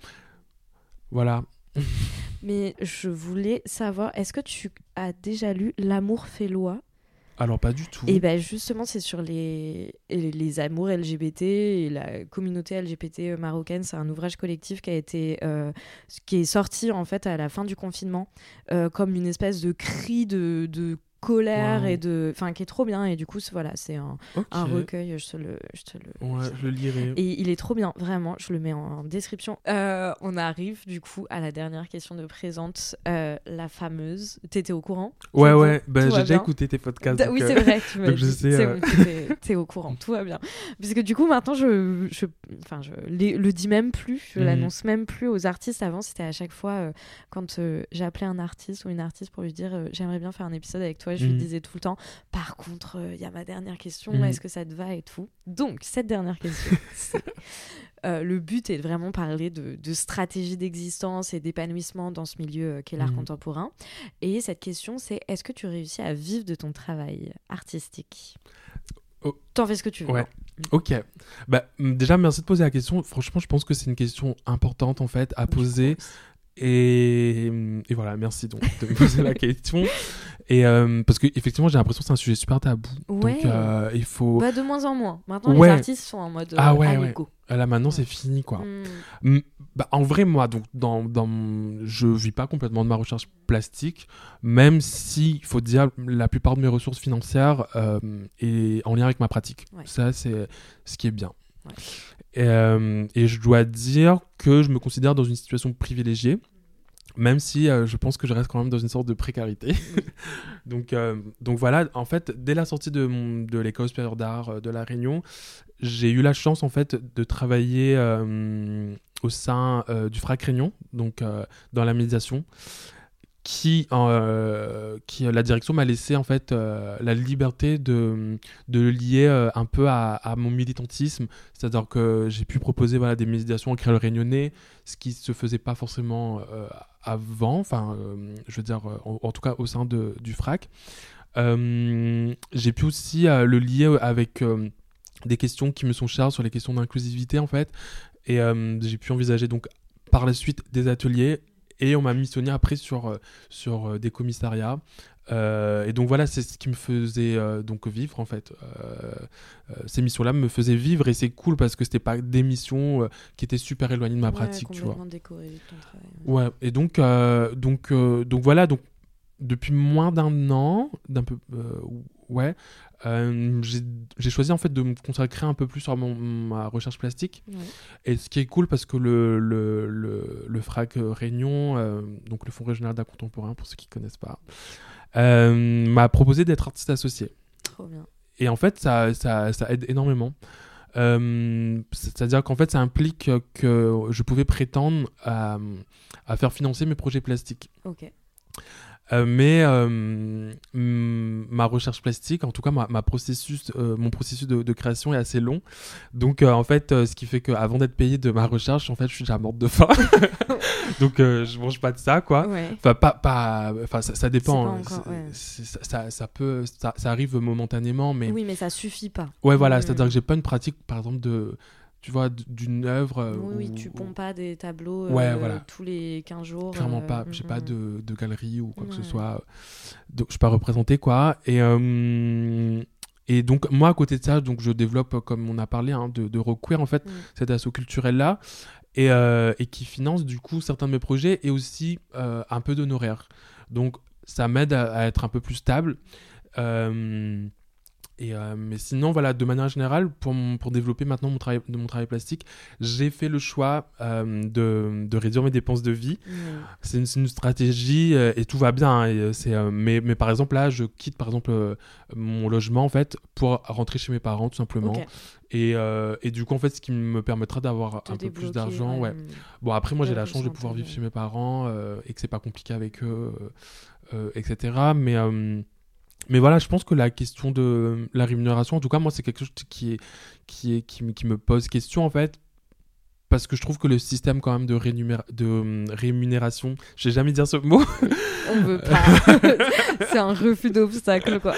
Voilà. Mais je voulais savoir, est-ce que tu as déjà lu L'amour fait loi ? Alors pas du tout. Et ben justement c'est sur les, les amours L G B T et la communauté L G B T marocaine. C'est un ouvrage collectif qui a été euh, qui est sorti en fait à la fin du confinement euh, comme une espèce de cri de, de colère wow. et de enfin qui est trop bien et du coup c'est, voilà c'est un, okay. un recueil je te le je te le ouais je le lirai et il est trop bien vraiment, je le mets en description. Euh, on arrive du coup à la dernière question de présente, euh, la fameuse, t'étais au courant? Ouais ouais bon, bah, j'ai déjà bien. écouté tes podcasts da, donc, oui euh... c'est vrai tu m'as donc dit, je sais c'est euh... bon, t'es, t'es au courant, tout va bien parce que du coup maintenant je je enfin je les, le dis même plus, je mmh. l'annonce même plus aux artistes. Avant c'était à chaque fois euh, quand euh, j'appelais un artiste ou une artiste pour lui dire euh, j'aimerais bien faire un épisode avec toi, je mmh. lui disais tout le temps par contre il euh, y a ma dernière question, mmh. est-ce que ça te va et tout. Donc cette dernière question c'est euh, le but est de vraiment parler de, de stratégie d'existence et d'épanouissement dans ce milieu euh, qu'est l'art mmh. contemporain. Et cette question c'est est-ce que tu réussis à vivre de ton travail artistique? Oh. T'en fais ce que tu veux. Ouais. Ok. Bah, déjà merci de poser la question. Franchement je pense que c'est une question importante en fait à poser. Et, et voilà, merci donc de me poser la question. Et euh, parce que effectivement, j'ai l'impression que c'est un sujet super tabou. Ouais. Donc euh, il faut. Bah, de moins en moins. Maintenant, ouais. les artistes sont en mode. Euh, ah ouais, allez, ouais. go. Là maintenant, ouais. c'est fini quoi. Mm. Bah, en vrai, moi, donc dans dans, je vis pas complètement de ma recherche plastique, même si il faut dire la plupart de mes ressources financières euh, est en lien avec ma pratique. Ouais. Ça, c'est ce qui est bien. Ouais. Et, euh, et je dois dire que je me considère dans une situation privilégiée, même si euh, je pense que je reste quand même dans une sorte de précarité. donc, euh, donc voilà, en fait, dès la sortie de, mon, de l'école supérieure d'art euh, de La Réunion, j'ai eu la chance en fait de travailler euh, au sein euh, du F R A C Réunion, donc euh, dans la médiation. Qui, euh, qui la direction m'a laissé en fait euh, la liberté de, de le lier euh, un peu à, à mon militantisme, c'est-à-dire que j'ai pu proposer voilà, des médiations au créole réunionnais, ce qui se faisait pas forcément euh, avant, enfin euh, je veux dire en, en tout cas au sein de, du F R A C. Euh, j'ai pu aussi euh, le lier avec euh, des questions qui me sont chères sur les questions d'inclusivité en fait, et euh, j'ai pu envisager donc par la suite des ateliers. Et on m'a missionné après sur, sur euh, des commissariats. Euh, et donc voilà, c'est ce qui me faisait euh, donc vivre en fait. Euh, euh, ces missions-là me faisaient vivre et c'est cool parce que c'était pas des missions euh, qui étaient super éloignées de ma ouais, pratique, tu vois. Décoré de ton travail. Ouais. ouais. Et donc euh, donc euh, donc voilà donc depuis moins d'un an, d'un peu, euh, ouais, euh, j'ai, j'ai choisi en fait de me consacrer un peu plus sur mon, ma recherche plastique. Ouais. Et ce qui est cool parce que le, le, le, le FRAC Réunion, euh, donc le Fonds régional d'art contemporain pour ceux qui ne connaissent pas, euh, m'a proposé d'être artiste associé. Trop bien. Et en fait, ça, ça, ça aide énormément. Euh, c'est-à-dire qu'en fait, ça implique que je pouvais prétendre à, à faire financer mes projets plastiques. Ok. Euh, mais euh, m- ma recherche plastique, en tout cas ma, ma processus, euh, mon processus de, de création est assez long. Donc euh, en fait, euh, ce qui fait qu'avant d'être payé de ma recherche, en fait, je suis déjà morte de faim. Donc euh, je mange pas de ça, quoi. Ouais. Enfin, pas, pas, enfin, ça, ça dépend. C'est pas encore, C'est- ouais. c'est- ça, ça, ça peut, ça, ça arrive momentanément, mais Oui, mais ça suffit pas. ouais, voilà. Mm. C'est-à-dire que j'ai pas une pratique, par exemple, de, tu vois, d- d'une œuvre. euh, Oui, oui, où- tu ponds pas des tableaux Ouais, euh, voilà. tous les quinze jours. Clairement euh, pas. mm, J'ai mm, pas mm. de, de galerie ou quoi que ce Ouais. soit. Donc, je suis pas représenté, quoi. Et, euh, et donc, moi, à côté de ça, donc, je développe, comme on a parlé, hein, de, de Roqueer, en fait, Mm. cet asso culturel-là, et, euh, et qui finance, du coup, certains de mes projets et aussi euh, un peu d'honoraires. Donc, ça m'aide à, à être un peu plus stable. Euh, Et euh, mais sinon, voilà, de manière générale, pour, mon- pour développer maintenant mon travail, de mon travail plastique, j'ai fait le choix euh, de, de réduire mes dépenses de vie. Mm. C'est une, c'est une stratégie euh, et tout va bien. Hein, et, euh, c'est, euh, mais, mais par exemple, là, je quitte par exemple euh, mon logement en fait pour rentrer chez mes parents tout simplement. Ok. Et, euh, et du coup, en fait, ce qui me permettra d'avoir Te un peu plus débloquer, d'argent. Ouais. mm. Bon, après, moi, j'ai Ouais, la je chance de sens pouvoir un peu vivre bien. chez mes parents euh, et que c'est pas compliqué avec eux, euh, euh, et cetera. Mais euh, mais voilà, je pense que la question de la rémunération, en tout cas, moi, c'est quelque chose qui, est, qui, est, qui, me- qui me pose question, en fait, parce que je trouve que le système, quand même, de, rémunéra- de euh, rémunération, je sais jamais dire ce mot, On veut pas. C'est un refus d'obstacle, quoi.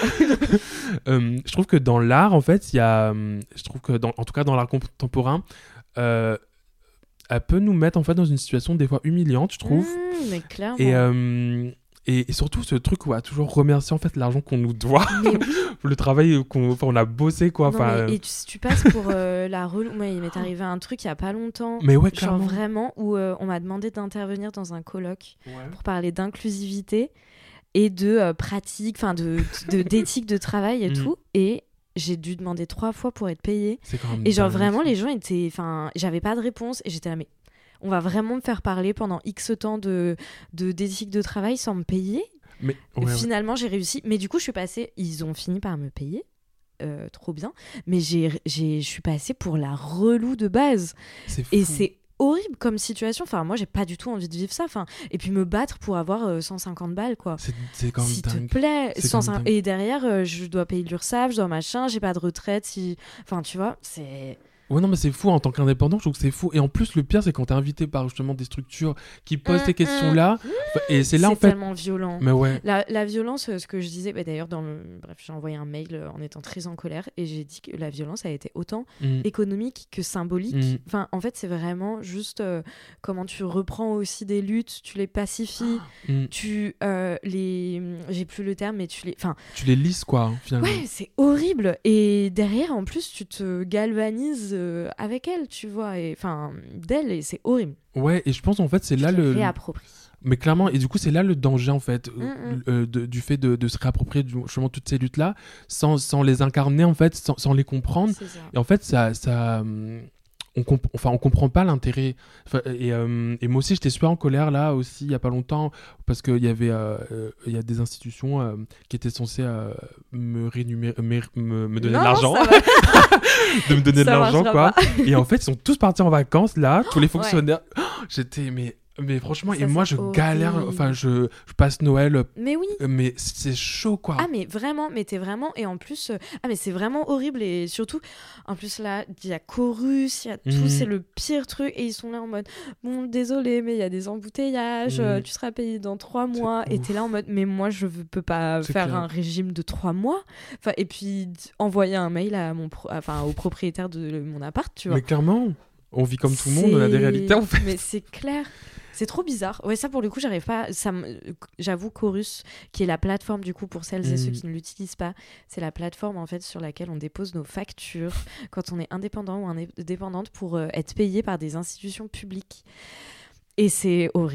Euh, je trouve que dans l'art, en fait, il y a, euh, je trouve que, dans, en tout cas, dans l'art contemporain, euh, elle peut nous mettre, en fait, dans une situation, des fois, humiliante, je trouve. Mm, mais clairement. Et, euh, et, et surtout, ce truc où on va toujours remercier, en fait, l'argent qu'on nous doit, Mais oui. le travail qu'on enfin, on a bossé, quoi. Non, Enfin, mais- et tu, tu passes pour euh, la relou. Moi, il m'est arrivé un truc il y a pas longtemps. mais ouais, Genre clairement. vraiment, où euh, on m'a demandé d'intervenir dans un colloque Ouais. pour parler d'inclusivité et de euh, pratique, enfin de, de- d'éthique de travail et Mhm. tout. Et j'ai dû demander trois fois pour être payée. C'est quand même Et genre dingue. vraiment, les gens étaient... Enfin, j'avais pas de réponse et j'étais là, mais on va vraiment me faire parler pendant X temps de, de, d'éthique de travail sans me payer. Mais, Et ouais, ouais. finalement, j'ai réussi. Mais du coup, je suis passée... Ils ont fini par me payer. Euh, trop bien. Mais j'ai, j'ai, je suis passée pour la relou de base. C'est fou. Et c'est horrible comme situation. Enfin, moi, j'ai pas du tout envie de vivre ça. Enfin, et puis me battre pour avoir euh, cent cinquante balles, quoi. C'est, c'est quand même S'il te dingue. plaît. C'est cent quand même cinquante dingue. Et derrière, euh, je dois payer l'URSSAF, je dois machin, j'ai pas de retraite. Si... Enfin, tu vois, c'est... Ouais, non, mais c'est fou en tant qu'indépendant, je trouve que c'est fou. Et en plus, le pire, c'est quand t'es invité par justement des structures qui posent Hum, ces questions-là. Enfin, Et c'est là, en c'est fait. tellement violent. Mais ouais. La, la violence, euh, ce que je disais, bah, d'ailleurs, dans le... bref, j'ai envoyé un mail euh, en étant très en colère et j'ai dit que la violence a été autant Mm. économique que symbolique. Mm. Enfin, en fait, c'est vraiment juste euh, comment tu reprends aussi des luttes, tu les pacifies, Mm. tu euh, les... J'ai plus le terme, mais tu les... Enfin, Tu les lises, quoi, hein, finalement. ouais, c'est horrible. Et derrière, en plus, tu te galvanises euh, avec elle, tu vois, et enfin, d'elle, et c'est horrible. Ouais, et je pense, en fait, c'est Tu là te le. réappropries. Mais clairement, et du coup, c'est là le danger, en fait, euh, Mm, mm. euh, de- du fait de, de se réapproprier du- justement toutes ces luttes-là, sans, sans les incarner, en fait, sans, sans les comprendre. C'est ça. Et en fait, ça, ça, hum, on comp- enfin, on comprend pas l'intérêt. Enfin, et, euh, et moi aussi, j'étais super en colère là aussi il y a pas longtemps parce qu'il y avait, euh, euh, il y a des institutions euh, qui étaient censées euh, me, rémunérer, me, me- me donner Non, de l'argent, ça va. de me donner Ça de l'argent marchera quoi. Et en fait, ils sont tous partis en vacances là, tous les Ouais. fonctionnaires. Oh, j'étais mais mais franchement, Ça, et moi c'est je galère. horrible. Enfin, je, je passe Noël, Mais oui. euh, mais c'est chaud quoi. Ah mais vraiment, mais t'es vraiment, et en plus, euh, ah mais c'est vraiment horrible, et surtout, en plus là, il y a Chorus, il y a tout, Mhm. c'est le pire truc, et ils sont là en mode, bon désolé, mais il y a des embouteillages, Mhm. euh, tu seras payé dans trois mois, et ouf. t'es là en mode, mais moi je veux- peux pas C'est faire clair. un régime de trois mois, enfin, et puis d- envoyer un mail à mon, pro- enfin, au propriétaire de mon appart, tu vois. Mais clairement, on vit comme tout le monde, on a des C'est- réalités en fait. Mais c'est clair. C'est trop bizarre. Ouais, ça pour le coup, j'arrive pas. Ça me- J'avoue, Chorus, qui est la plateforme du coup pour celles et ceux Mhm. qui ne l'utilisent pas, c'est la plateforme en fait sur laquelle on dépose nos factures quand on est indépendant ou indépendante pour euh, être payé par des institutions publiques. Et c'est horrible.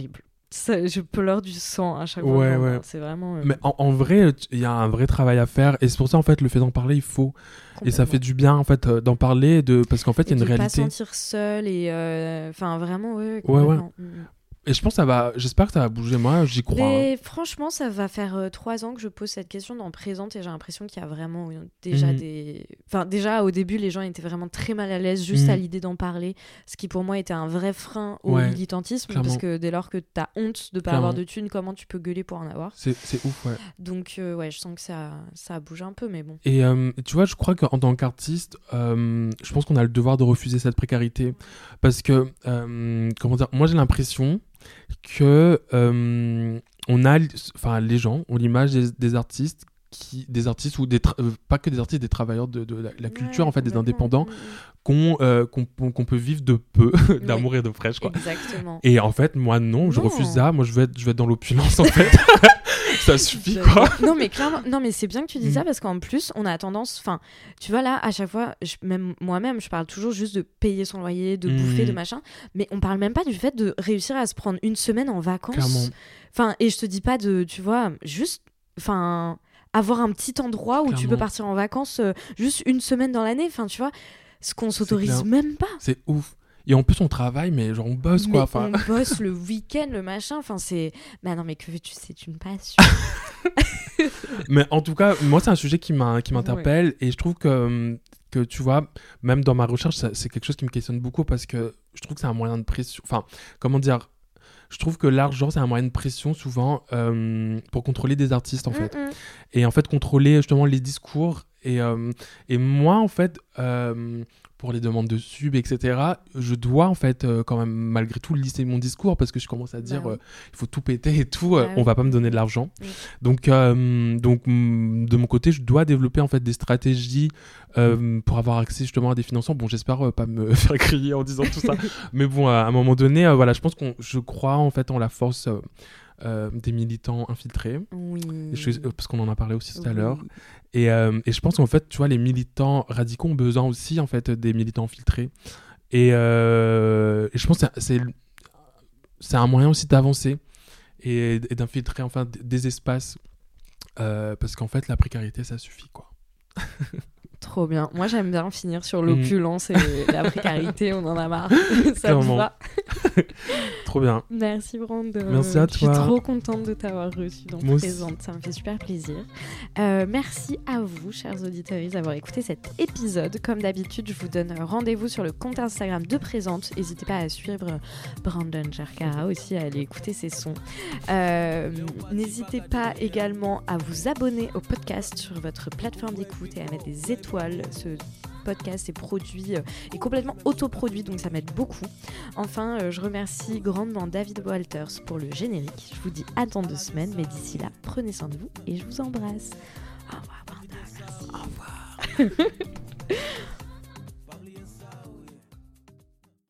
ça, je pleure du sang à chaque fois. Ouais, que ouais. C'est vraiment. Euh... Mais en, en vrai, il y a un vrai travail à faire. Et c'est pour ça, en fait, le fait d'en parler, il faut. Et ça fait du bien, en fait, d'en parler. De... Parce qu'en fait, il y a une réalité. De pas sentir seul. Et enfin, euh... vraiment, ouais. Ouais, ouais. Mm. Et je pense que ça va. J'espère que ça va bouger. Moi, j'y crois. Mais hein. franchement, ça va faire euh, trois ans que je pose cette question dans Présente et j'ai l'impression qu'il y a vraiment euh, déjà mmh. des. Enfin, déjà au début, les gens étaient vraiment très mal à l'aise juste mmh. à l'idée d'en parler, ce qui pour moi était un vrai frein au ouais, militantisme, clairement. Parce que dès lors que t'as honte de pas clairement. Avoir de thunes, comment tu peux gueuler pour en avoir ? C'est, c'est ouf, ouais. Donc euh, ouais, je sens que ça, ça a bougé un peu, mais bon. Et euh, tu vois, je crois qu'en tant qu'artiste, euh, je pense qu'on a le devoir de refuser cette précarité parce que euh, comment dire, moi j'ai l'impression que euh, on a, enfin les gens ont l'image des, des artistes qui, des artistes ou des tra- euh, pas que des artistes, des travailleurs de, de la, la culture ouais, en fait, des indépendants qu'on, euh, qu'on qu'on peut vivre de peu, d'amour oui. et d'eau fraîche quoi. Exactement. Et en fait moi non, non. je refuse ça. Moi je veux être, je veux être dans l'opulence en fait. Ça suffit quoi. Non mais clairement, non mais c'est bien que tu dis mmh. ça parce qu'en plus on a tendance, enfin tu vois là à chaque fois, je, même moi-même je parle toujours juste de payer son loyer, de mmh. bouffer, de machin, mais on parle même pas du fait de réussir à se prendre une semaine en vacances. Enfin et je te dis pas de, tu vois, juste, enfin avoir un petit endroit où Clairement. Tu peux partir en vacances euh, juste une semaine dans l'année, enfin tu vois, ce qu'on s'autorise même pas. C'est ouf. Et en plus on travaille mais genre on bosse mais quoi enfin... on bosse le week-end le machin enfin c'est bah non mais que veux-tu, c'est une passion. Mais en tout cas moi c'est un sujet qui, m'a, qui m'interpelle ouais. Et je trouve que, que tu vois même dans ma recherche ça, c'est quelque chose qui me questionne beaucoup parce que je trouve que c'est un moyen de pression, enfin comment dire, je trouve que l'argent c'est un moyen de pression souvent euh, pour contrôler des artistes en fait. Mm-hmm. Et en fait contrôler justement les discours et, euh, et moi en fait euh, pour les demandes de sub, et cetera, je dois en fait euh, quand même malgré tout lisser mon discours parce que je commence à dire bah oui. euh, il faut tout péter et tout, bah euh, oui. on va pas me donner de l'argent. Oui. Donc, euh, donc de mon côté, je dois développer en fait des stratégies euh, pour avoir accès justement à des financements. Bon, j'espère euh, pas me faire crier en disant tout ça, mais bon, à un moment donné, euh, voilà, je pense qu'on, je crois en fait en la force. Euh, Euh, des militants infiltrés oui. je, euh, parce qu'on en a parlé aussi tout oui. à l'heure et, euh, et je pense qu'en fait tu vois les militants radicaux ont besoin aussi en fait des militants infiltrés et, euh, et je pense que c'est, c'est, c'est un moyen aussi d'avancer et, et d'infiltrer enfin des espaces euh, parce qu'en fait la précarité ça suffit quoi. Trop bien. Moi, j'aime bien finir sur l'opulence mmh. et la précarité. On en a marre. Ça me va. Trop bien. Merci, Brande. Merci à toi. Je suis trop contente de t'avoir reçu dans Moi Présente. Aussi. Ça me fait super plaisir. Euh, merci à vous, chers auditeurs, d'avoir écouté cet épisode. Comme d'habitude, je vous donne rendez-vous sur le compte Instagram de Présente. N'hésitez pas à suivre Brandon Jarkara aussi, à aller écouter ses sons. Euh, n'hésitez pas également à vous abonner au podcast sur votre plateforme d'écoute et à mettre des étoiles. Ce podcast est produit, euh, est complètement autoproduit, donc ça m'aide beaucoup. Enfin, euh, je remercie grandement David Walters pour le générique. Je vous dis à dans deux semaines, mais d'ici là, prenez soin de vous et je vous embrasse. Au revoir, Brandon. Merci. Au revoir.